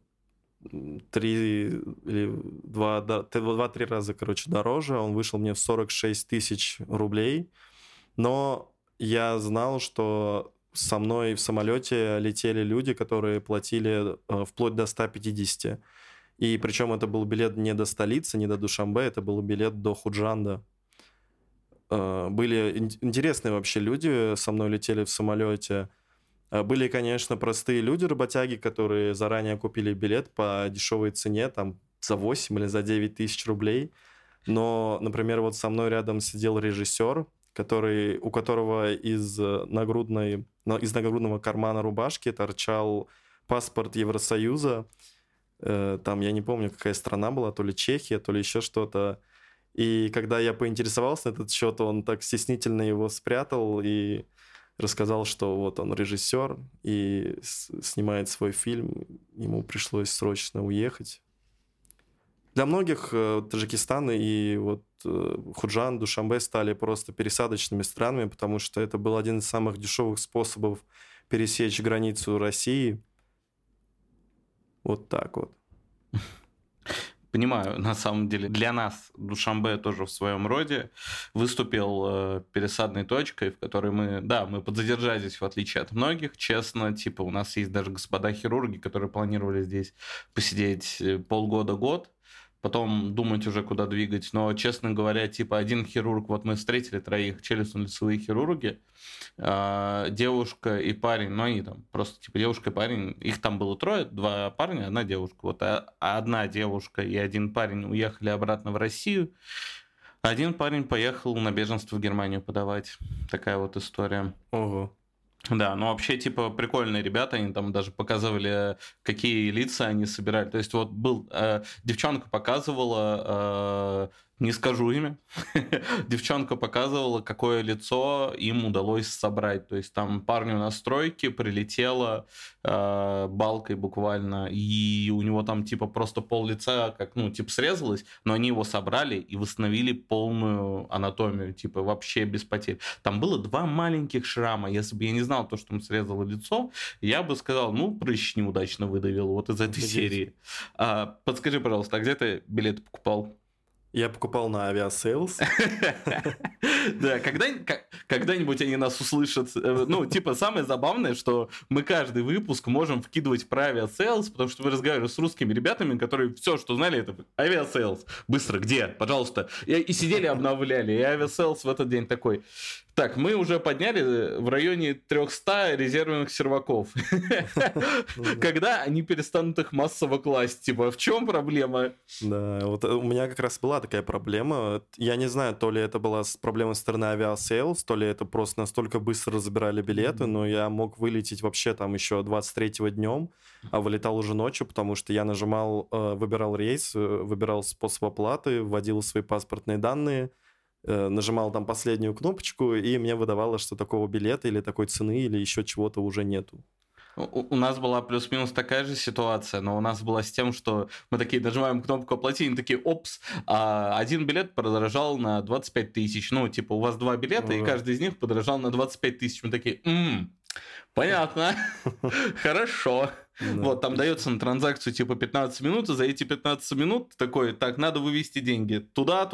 2-3 раза, короче, дороже. Он вышел мне в 46 тысяч рублей, но я знал, что со мной в самолете летели люди, которые платили вплоть до 150. И причем это был билет не до столицы, не до Душанбе, это был билет до Худжанда. Были интересные вообще люди, со мной летели в самолете. Были, конечно, простые люди, работяги, которые заранее купили билет по дешевой цене, там, за 8 или за 9 тысяч рублей. Но, например, вот со мной рядом сидел режиссер, у которого из нагрудного кармана рубашки торчал паспорт Евросоюза. Там, я не помню, какая страна была, то ли Чехия, то ли еще что-то. И когда я поинтересовался на этот счет, он так стеснительно его спрятал и рассказал, что вот он режиссер и снимает свой фильм. Ему пришлось срочно уехать. Для многих Таджикистан и вот Худжан, Душанбе стали просто пересадочными странами, потому что это был один из самых дешевых способов пересечь границу России. Вот так вот. Понимаю, на самом деле для нас Душанбе тоже в своем роде выступил пересадной точкой, в которой мы подзадержались, в отличие от многих, честно, типа у нас есть даже господа хирурги, которые планировали здесь посидеть полгода-год, потом думать уже, куда двигать. Но, честно говоря, типа один хирург, вот мы встретили 3 челюстно-лицевые хирурги, девушка и парень, ну они там просто типа девушка и парень, их там было 3, 2 парня, 1 девушка. Вот одна девушка и 1 парень уехали обратно в Россию, 1 парень поехал на беженство в Германию подавать. Такая вот история. Ого. Да, ну вообще, типа, прикольные ребята, они там даже показывали, какие лица они собирали. То есть вот девчонка показывала, не скажу имя, девчонка показывала, какое лицо им удалось собрать. То есть там парню на стройке прилетело балкой буквально, и у него там типа просто пол лица как, ну, типа срезалось, но они его собрали и восстановили полную анатомию, типа вообще без потерь. Там было 2 маленьких шрама. Если бы я не знал то, что он срезало лицо, я бы сказал, ну, прыщ неудачно выдавил вот из этой серии. Подскажи, пожалуйста, а где ты билеты покупал? Я покупал на Aviasales. Да, когда-нибудь они нас услышат. Ну, типа, самое забавное, что мы каждый выпуск можем вкидывать про Aviasales, потому что мы разговариваем с русскими ребятами, которые все, что знали, это Aviasales. Быстро, где? Пожалуйста. И сидели, обновляли. И Aviasales в этот день такой: так, мы уже подняли в районе 300 резервных серваков. Когда они перестанут их массово класть? Типа, в чем проблема? Да, вот у меня как раз была такая проблема. Я не знаю, то ли это была проблема со стороны Aviasales, то ли это просто настолько быстро забирали билеты, но я мог вылететь вообще там еще 23-го днем, а вылетал уже ночью, потому что я нажимал, выбирал рейс, выбирал способ оплаты, вводил свои паспортные данные, нажимал там последнюю кнопочку, и мне выдавало, что такого билета или такой цены или еще чего-то уже нету. У нас была плюс-минус такая же ситуация, но у нас была с тем, что мы такие нажимаем кнопку оплатить, они такие, опс, а 1 билет подорожал на 25 тысяч. Ну, типа, у вас 2 билета, и каждый из них подорожал на 25 тысяч. Мы такие, понятно, хорошо. Вот, там дается на транзакцию типа 15 минут, и за эти 15 минут такой, так, надо вывести деньги туда.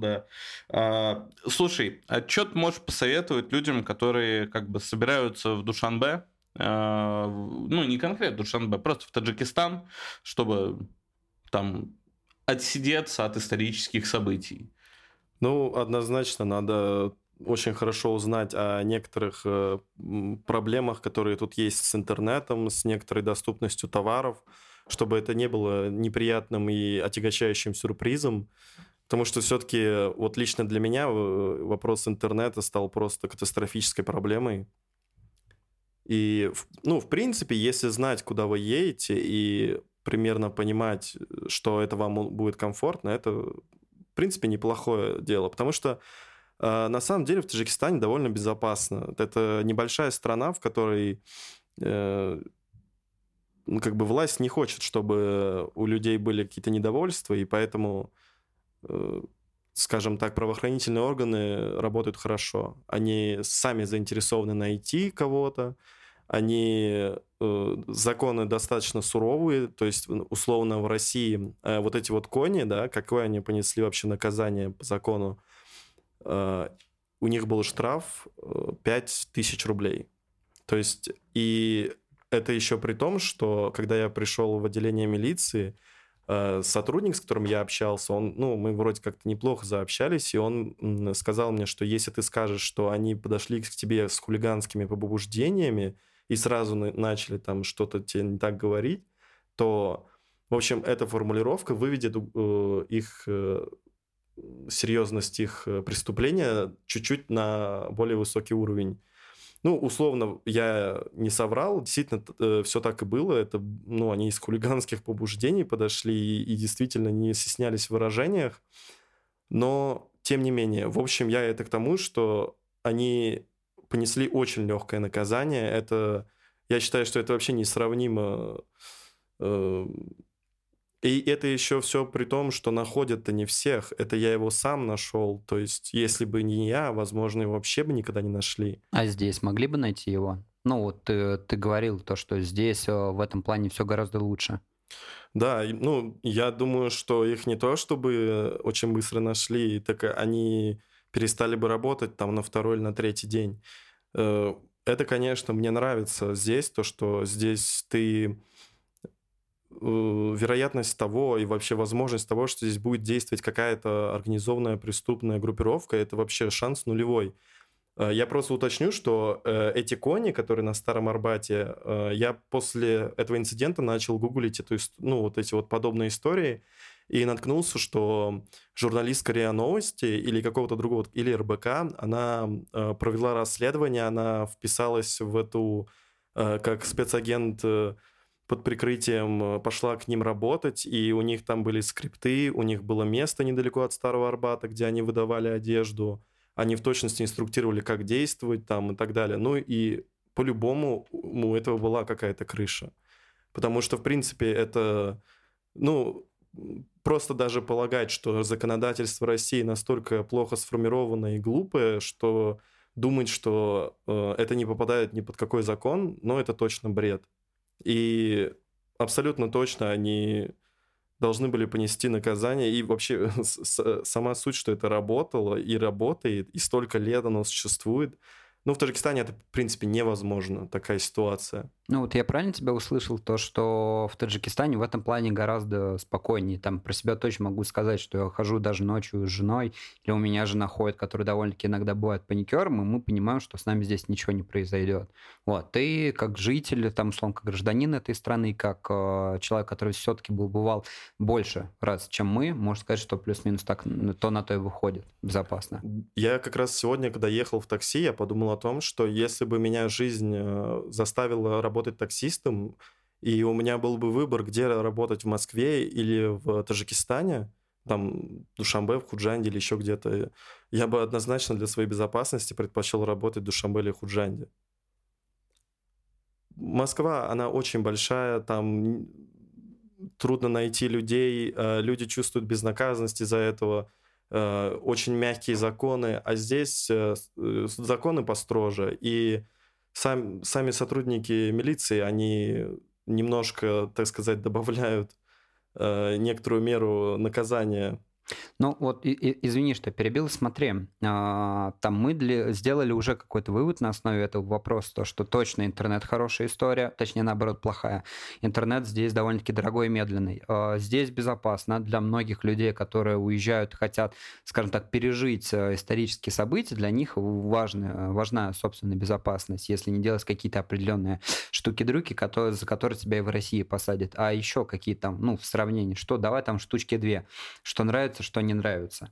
Слушай, а что ты можешь посоветовать людям, которые как бы собираются в Душанбе, ну, не конкретно Душанбе, просто в Таджикистан, чтобы там отсидеться от исторических событий? Ну, однозначно надо очень хорошо узнать о некоторых проблемах, которые тут есть с интернетом, с некоторой доступностью товаров, чтобы это не было неприятным и отягощающим сюрпризом. Потому что все-таки вот лично для меня вопрос интернета стал просто катастрофической проблемой. И, ну, в принципе, если знать, куда вы едете, и примерно понимать, что это вам будет комфортно, это, в принципе, неплохое дело. Потому что на самом деле в Таджикистане довольно безопасно. Это небольшая страна, в которой как бы власть не хочет, чтобы у людей были какие-то недовольства, и поэтому, скажем так, правоохранительные органы работают хорошо. Они сами заинтересованы найти кого-то, законы достаточно суровые, то есть, условно, в России вот эти вот кони, да, какое они понесли вообще наказание по закону, у них был штраф 5000 рублей. То есть, и это еще при том, что когда я пришел в отделение милиции, сотрудник, с которым я общался, мы вроде как-то неплохо заобщались, и он сказал мне, что если ты скажешь, что они подошли к тебе с хулиганскими побуждениями и сразу начали там что-то тебе не так говорить, то, в общем, эта формулировка выведет их серьезность их преступления чуть-чуть на более высокий уровень. Ну, условно, я не соврал, действительно, все так и было. Это, они из хулиганских побуждений подошли и действительно не стеснялись в выражениях. Но, тем не менее, в общем, я это к тому, что они понесли очень легкое наказание. Я считаю, что это вообще несравнимо. И это еще все при том, что находят-то не всех. Это я его сам нашел. То есть, если бы не я, возможно, его вообще бы никогда не нашли. А здесь могли бы найти его? Ну, вот ты говорил то, что здесь в этом плане все гораздо лучше. Да, я думаю, что их не то чтобы очень быстро нашли, так они перестали бы работать там на 2-й или на 3-й день. Это, конечно, мне нравится здесь, то, что здесь ты вероятность того и вообще возможность того, что здесь будет действовать какая-то организованная преступная группировка, это вообще шанс нулевой. Я просто уточню, что эти кони, которые на Старом Арбате, я после этого инцидента начал гуглить вот эти вот подобные истории и наткнулся, что журналистка РИА Новости или какого-то другого, или РБК, она провела расследование, она вписалась в эту, как спецагент под прикрытием, пошла к ним работать, и у них там были скрипты, у них было место недалеко от Старого Арбата, где они выдавали одежду. Они в точности инструктировали, как действовать там и так далее. Ну и по-любому у этого была какая-то крыша. Потому что, в принципе, это, ну, просто даже полагать, что законодательство России настолько плохо сформировано и глупое, что думать, что это не попадает ни под какой закон, но это точно бред. И абсолютно точно они должны были понести наказание. И вообще сама суть, что это работало и работает, и столько лет оно существует. Ну, в Таджикистане это, в принципе, невозможно, такая ситуация. Ну, вот я правильно тебя услышал, то, что в Таджикистане в этом плане гораздо спокойнее. Там про себя точно могу сказать, что я хожу даже ночью с женой, или у меня жена ходит, которая довольно-таки иногда бывает паникером, и мы понимаем, что с нами здесь ничего не произойдет. Вот. Ты как житель, там, условно, как гражданин этой страны, как человек, который все-таки бывал больше раз, чем мы, можно сказать, что плюс-минус так то на то и выходит безопасно. Я как раз сегодня, когда ехал в такси, я подумал о том, что если бы меня жизнь заставила работать таксистом, и у меня был бы выбор, где работать в Москве или в Таджикистане, там, в Душанбе, в Худжанде или еще где-то, я бы однозначно для своей безопасности предпочел работать в Душанбе или Худжанде. Москва, она очень большая, там трудно найти людей, люди чувствуют безнаказанность из-за этого, очень мягкие законы, а здесь законы построже, и сами сотрудники милиции, они немножко, так сказать, добавляют некоторую меру наказания. Ну вот, извини, что перебил, смотри, там мы сделали уже какой-то вывод на основе этого вопроса, то, что точно интернет хорошая история, точнее, наоборот, плохая. Интернет здесь довольно-таки дорогой и медленный. Здесь безопасно для многих людей, которые уезжают и хотят, скажем так, пережить исторические события, для них важна собственная безопасность, если не делать какие-то определенные штуки-дрюки, за которые тебя и в России посадят. А еще какие там, ну, в сравнении, что, давай там штучки две, что нравится, что не нравится?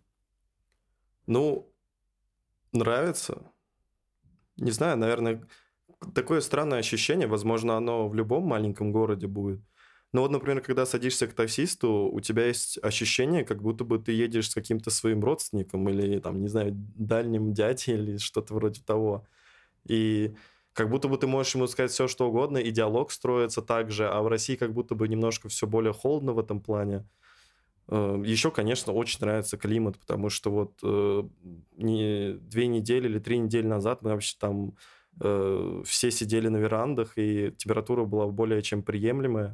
Ну, нравится. Не знаю, наверное, такое странное ощущение, возможно, оно в любом маленьком городе будет. Но вот, например, когда садишься к таксисту, у тебя есть ощущение, как будто бы ты едешь с каким-то своим родственником или, там, не знаю, дальним дядей или что-то вроде того. И как будто бы ты можешь ему сказать все, что угодно, и диалог строится так же, а в России как будто бы немножко все более холодно в этом плане. Еще, конечно, очень нравится климат, потому что вот 2 недели или 3 недели назад мы вообще там все сидели на верандах, и температура была более чем приемлемая.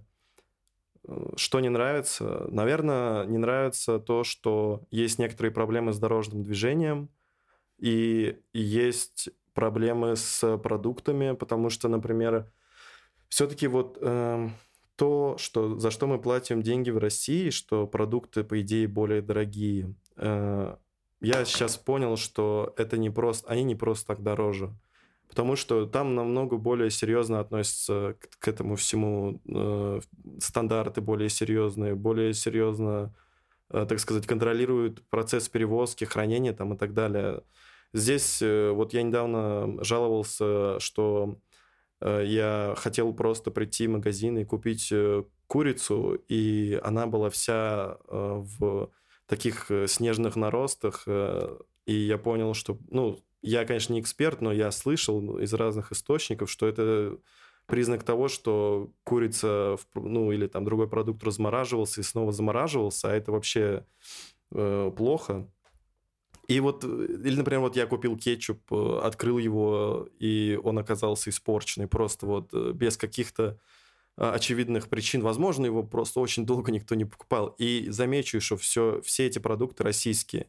Что не нравится? Наверное, не нравится то, что есть некоторые проблемы с дорожным движением, и есть проблемы с продуктами, потому что, например, все-таки вот то, за что мы платим деньги в России, что продукты, по идее, более дорогие. Я сейчас понял, что это они не просто так дороже. Потому что там намного более серьезно относятся к этому всему, стандарты более серьезно, так сказать, контролируют процесс перевозки, хранения там и так далее. Здесь вот я недавно жаловался, что я хотел просто прийти в магазин и купить курицу, и она была вся в таких снежных наростах, и я понял, что, ну, я, конечно, не эксперт, но я слышал из разных источников, что это признак того, что курица, ну, или там другой продукт размораживался и снова замораживался, а это вообще плохо. И вот, или, например, вот я купил кетчуп, открыл его, и он оказался испорченный, просто вот без каких-то очевидных причин. Возможно, его просто очень долго никто не покупал. И замечу, что все эти продукты российские.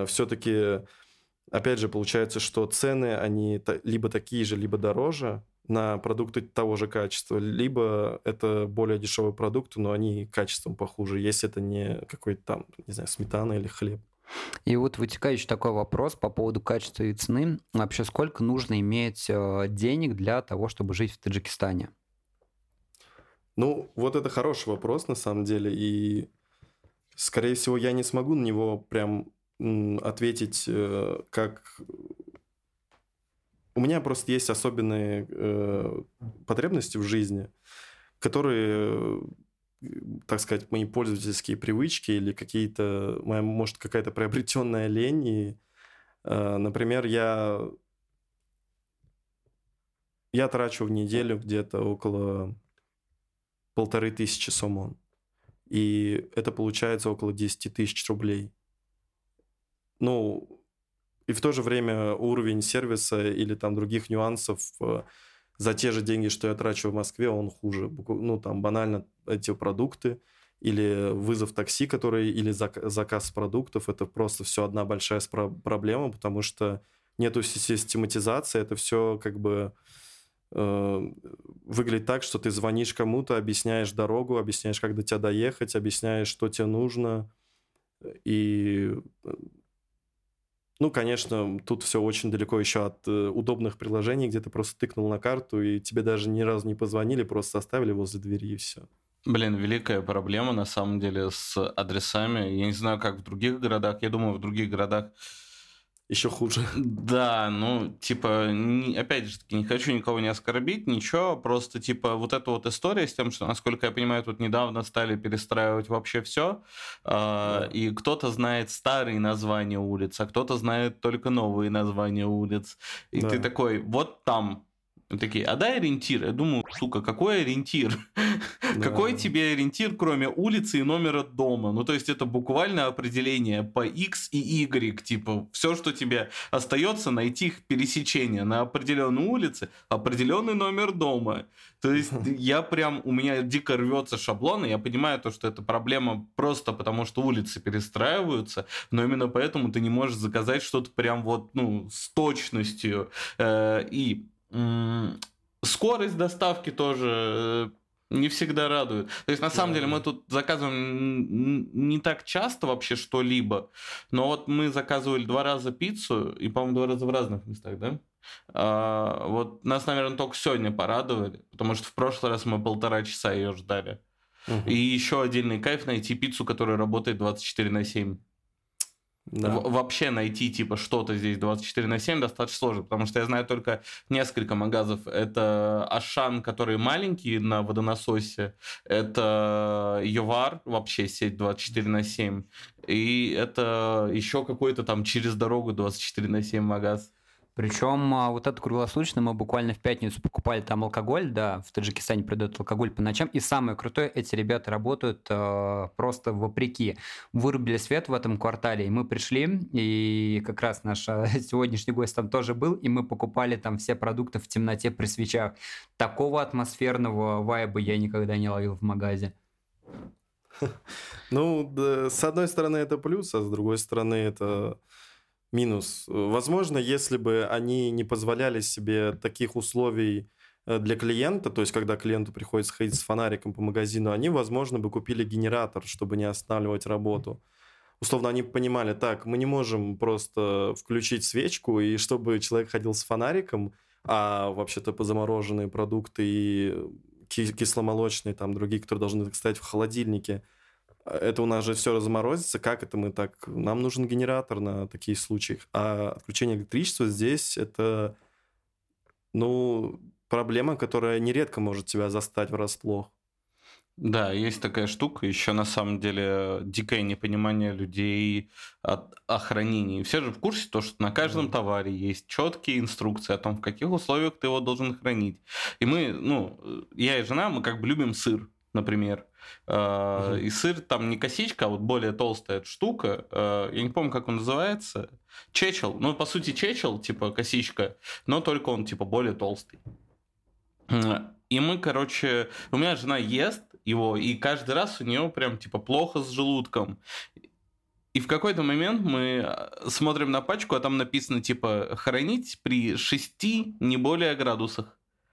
Все-таки, опять же, получается, что цены, они либо такие же, либо дороже. на продукты того же качества, либо это более дешевые продукты, но они качеством похуже, если это не какой-то там, не знаю, сметана или хлеб. И вот вытекающий такой вопрос по поводу качества и цены. Вообще, сколько нужно иметь денег для того, чтобы жить в Таджикистане? Ну, вот это хороший вопрос, на самом деле, и, скорее всего, я не смогу на него прям ответить как... У меня просто есть особенные потребности в жизни, которые, так сказать, мои пользовательские привычки или какие-то, может, какая-то приобретенная лень. И, например, я трачу в неделю где-то около 1500 сомон. И это получается около 10 тысяч рублей. Ну, и в то же время уровень сервиса или там других нюансов за те же деньги, что я трачу в Москве, он хуже. Ну, там банально эти продукты или вызов такси, или заказ продуктов, это просто все одна большая проблема, потому что нету систематизации, это все как бы выглядит так, что ты звонишь кому-то, объясняешь дорогу, объясняешь, как до тебя доехать, объясняешь, что тебе нужно. И, ну, конечно, тут все очень далеко еще от удобных приложений, где ты просто тыкнул на карту, и тебе даже ни разу не позвонили, просто оставили возле двери, и все. Блин, великая проблема, на самом деле, с адресами. Я не знаю, как в других городах. Я думаю, в других городах еще хуже. Да, ну, типа, опять же таки, не хочу никого не оскорбить, ничего, просто, типа, вот эта вот история с тем, что, насколько я понимаю, тут недавно стали перестраивать вообще все, и кто-то знает старые названия улиц, а кто-то знает только новые названия улиц, и ты такой, вот там. Такие, а дай ориентир. Я думаю, сука, какой ориентир? Какой тебе ориентир, кроме улицы и номера дома? Ну, то есть, это буквально определение по X и Y. Типа, все, что тебе остается, найти их пересечение на определенной улице, определенный номер дома. То есть, у меня дико рвется шаблон, и я понимаю то, что это проблема просто потому, что улицы перестраиваются, но именно поэтому ты не можешь заказать что-то прям вот, ну, с точностью. Скорость доставки тоже не всегда радует. То есть, на самом деле, мы тут заказываем не так часто вообще что-либо, но вот мы заказывали 2 раза пиццу, и, по-моему, 2 раза в разных местах, да? Вот нас, наверное, только сегодня порадовали, потому что в прошлый раз мы 1,5 часа ее ждали. И еще отдельный кайф найти пиццу, которая работает 24/7. Да. Вообще найти типа что-то здесь 24/7 достаточно сложно, потому что я знаю только несколько магазов. Это Ашан, который маленький на водонасосе, это Йовар, вообще сеть 24/7, и это еще какой-то там через дорогу 24/7 магаз. Причем вот это круглосуточно, мы буквально в пятницу покупали там алкоголь, да, в Таджикистане продают алкоголь по ночам, и самое крутое, эти ребята работают просто вопреки. Вырубили свет в этом квартале, и мы пришли, и как раз наш сегодняшний гость там тоже был, и мы покупали там все продукты в темноте при свечах. Такого атмосферного вайба я никогда не ловил в магазе. Ну, с одной стороны это плюс, а с другой стороны это... минус. Возможно, если бы они не позволяли себе таких условий для клиента, то есть когда клиенту приходится ходить с фонариком по магазину, они, возможно, бы купили генератор, чтобы не останавливать работу. Условно, они понимали, так, мы не можем просто включить свечку, и чтобы человек ходил с фонариком, а вообще-то замороженные продукты и кисломолочные, там другие, которые должны стоять в холодильнике, это у нас же все разморозится, как это мы так... Нам нужен генератор на такие случаи. А отключение электричества здесь это, ну, проблема, которая нередко может тебя застать врасплох. Да, есть такая штука, еще на самом деле дикое непонимание людей о хранении. Все же в курсе то, что на каждом товаре есть четкие инструкции о том, в каких условиях ты его должен хранить. И мы, ну, я и жена, мы как бы любим сыр, например. И сыр там не косичка, а вот более толстая штука. Я не помню, как он называется. Чечел. Ну, по сути, чечел, типа косичка, но только он, типа, более толстый. И мы, короче... У меня жена ест его, и каждый раз у нее прям, типа, плохо с желудком. И в какой-то момент мы смотрим на пачку, а там написано, типа, хранить при 6, не более градусах.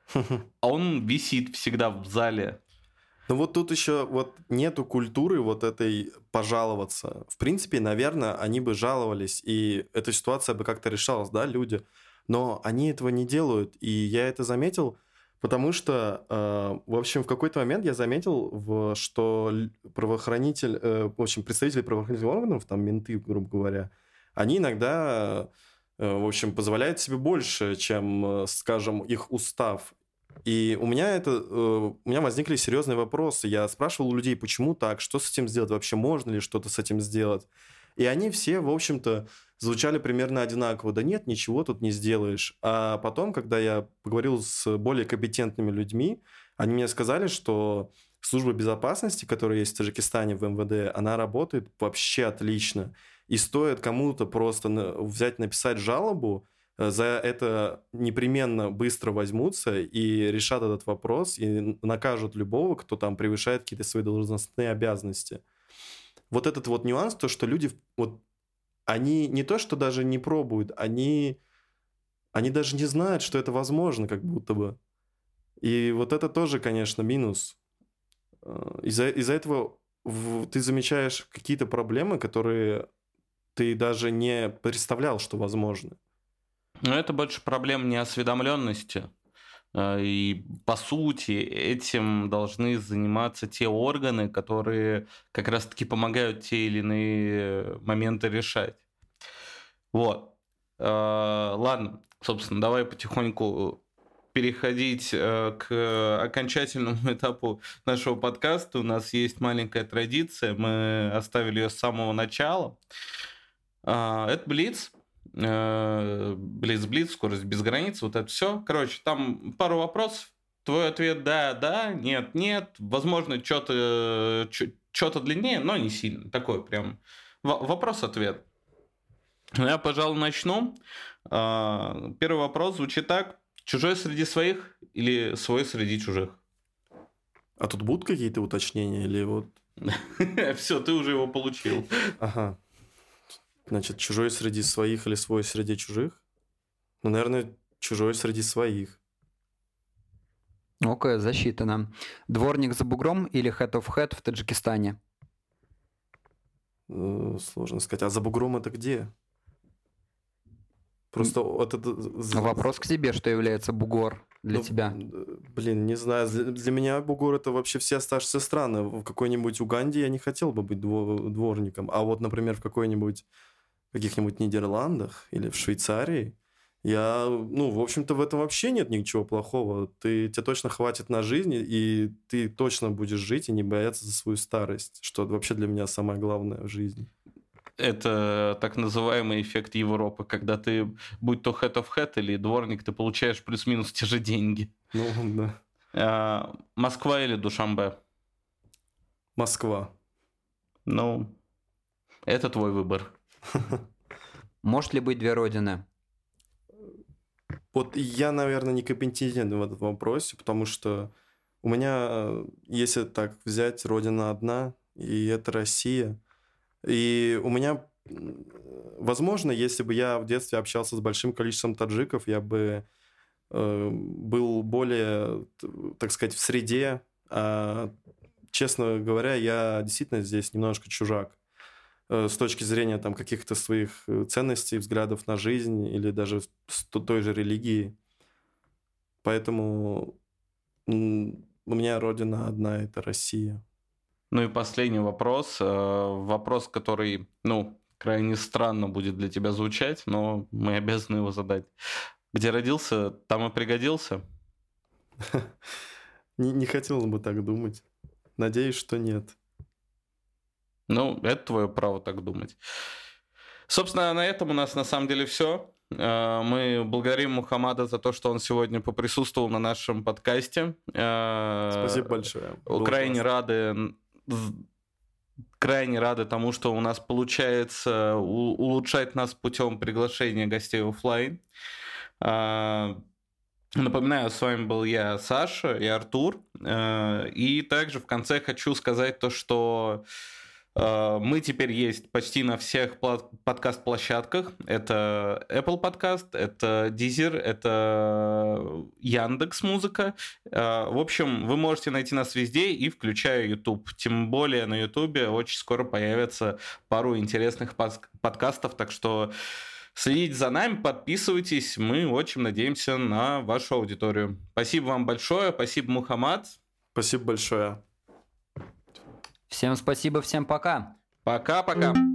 а он висит всегда в зале. Ну вот тут еще вот нету культуры вот этой пожаловаться. В принципе, наверное, они бы жаловались, и эта ситуация бы как-то решалась, да, люди. Но они этого не делают, и я это заметил, потому что, в общем, в какой-то момент я заметил, что правоохранитель, в общем, представители правоохранительных органов, там менты, грубо говоря, они иногда, в общем, позволяют себе больше, чем, скажем, их устав. И у меня возникли серьезные вопросы. Я спрашивал у людей, почему так, что с этим сделать, вообще можно ли что-то с этим сделать. И они все, в общем-то, звучали примерно одинаково. Да нет, ничего тут не сделаешь. А потом, когда я поговорил с более компетентными людьми, они мне сказали, что служба безопасности, которая есть в Таджикистане, в МВД, она работает вообще отлично. И стоит кому-то просто взять, написать жалобу, за это непременно быстро возьмутся и решат этот вопрос, и накажут любого, кто там превышает какие-то свои должностные обязанности. Вот этот вот нюанс, то, что люди, вот, они не то, что даже не пробуют, они даже не знают, что это возможно, как будто бы. И вот это тоже, конечно, минус. Из-за этого ты замечаешь какие-то проблемы, которые ты даже не представлял, что возможны. Но это больше проблем неосведомленности. И по сути этим должны заниматься те органы, которые как раз-таки помогают те или иные моменты решать. Вот. Ладно, собственно, давай потихоньку переходить к окончательному этапу нашего подкаста. У нас есть маленькая традиция, мы оставили ее с самого начала. Это Блиц. Блиц, скорость без границ, вот это все. Короче, там пару вопросов. Твой ответ да, нет. Возможно, что-то длиннее, но не сильно. Такой прям вопрос-ответ. Я, пожалуй, начну. Первый вопрос звучит так. Чужой среди своих или свой среди чужих? А тут будут какие-то уточнения или вот... Все, ты уже его получил. Ага. Значит, чужой среди своих или свой среди чужих? Ну, наверное, чужой среди своих. Окей, засчитано. Дворник за бугром или head of head в Таджикистане? Сложно сказать. А за бугром это где? Просто это... Вопрос к тебе, что является бугор для тебя? Блин, не знаю. Для меня бугор это вообще все оставшиеся страны. В какой-нибудь Уганде я не хотел бы быть дворником. А вот, например, в каких-нибудь Нидерландах или в Швейцарии, в общем-то, в этом вообще нет ничего плохого. Тебе точно хватит на жизнь, и ты точно будешь жить и не бояться за свою старость, что вообще для меня самое главное в жизни. Это так называемый эффект Европы, когда ты, будь то head of head или дворник, ты получаешь плюс-минус те же деньги. Ну, да. Москва или Душанбе? Москва. Ну, это твой выбор. Может ли быть две родины? Вот я, наверное, не компетентен в этом вопросе, потому что у меня, если так взять, родина одна, и это Россия. И у меня, возможно, если бы я в детстве общался с большим количеством таджиков, я бы был более, так сказать, в среде. Честно говоря, я действительно здесь немножко чужак. С точки зрения там, каких-то своих ценностей, взглядов на жизнь или даже той же религии. Поэтому у меня родина одна – это Россия. Ну и последний вопрос. Вопрос, который, крайне странно будет для тебя звучать, но мы обязаны его задать. Где родился, там и пригодился? Не хотелось бы так думать. Надеюсь, что нет. Это твое право так думать. Собственно, на этом у нас на самом деле все. Мы благодарим Мухаммада за то, что он сегодня поприсутствовал на нашем подкасте. Спасибо большое. Крайне рады тому, что у нас получается улучшать нас путем приглашения гостей офлайн. Напоминаю, с вами был я, Саша, и Артур. И также в конце хочу сказать то, что Мы теперь есть почти на всех подкаст-площадках. Это Apple Podcast, это Deezer, это Яндекс.Музыка. В общем, вы можете найти нас везде, и включая YouTube. Тем более на YouTube очень скоро появится пару интересных подкастов, так что следите за нами, подписывайтесь. Мы очень надеемся на вашу аудиторию. Спасибо вам большое. Спасибо, Мухаммад. Спасибо большое. Всем спасибо, всем пока. Пока-пока.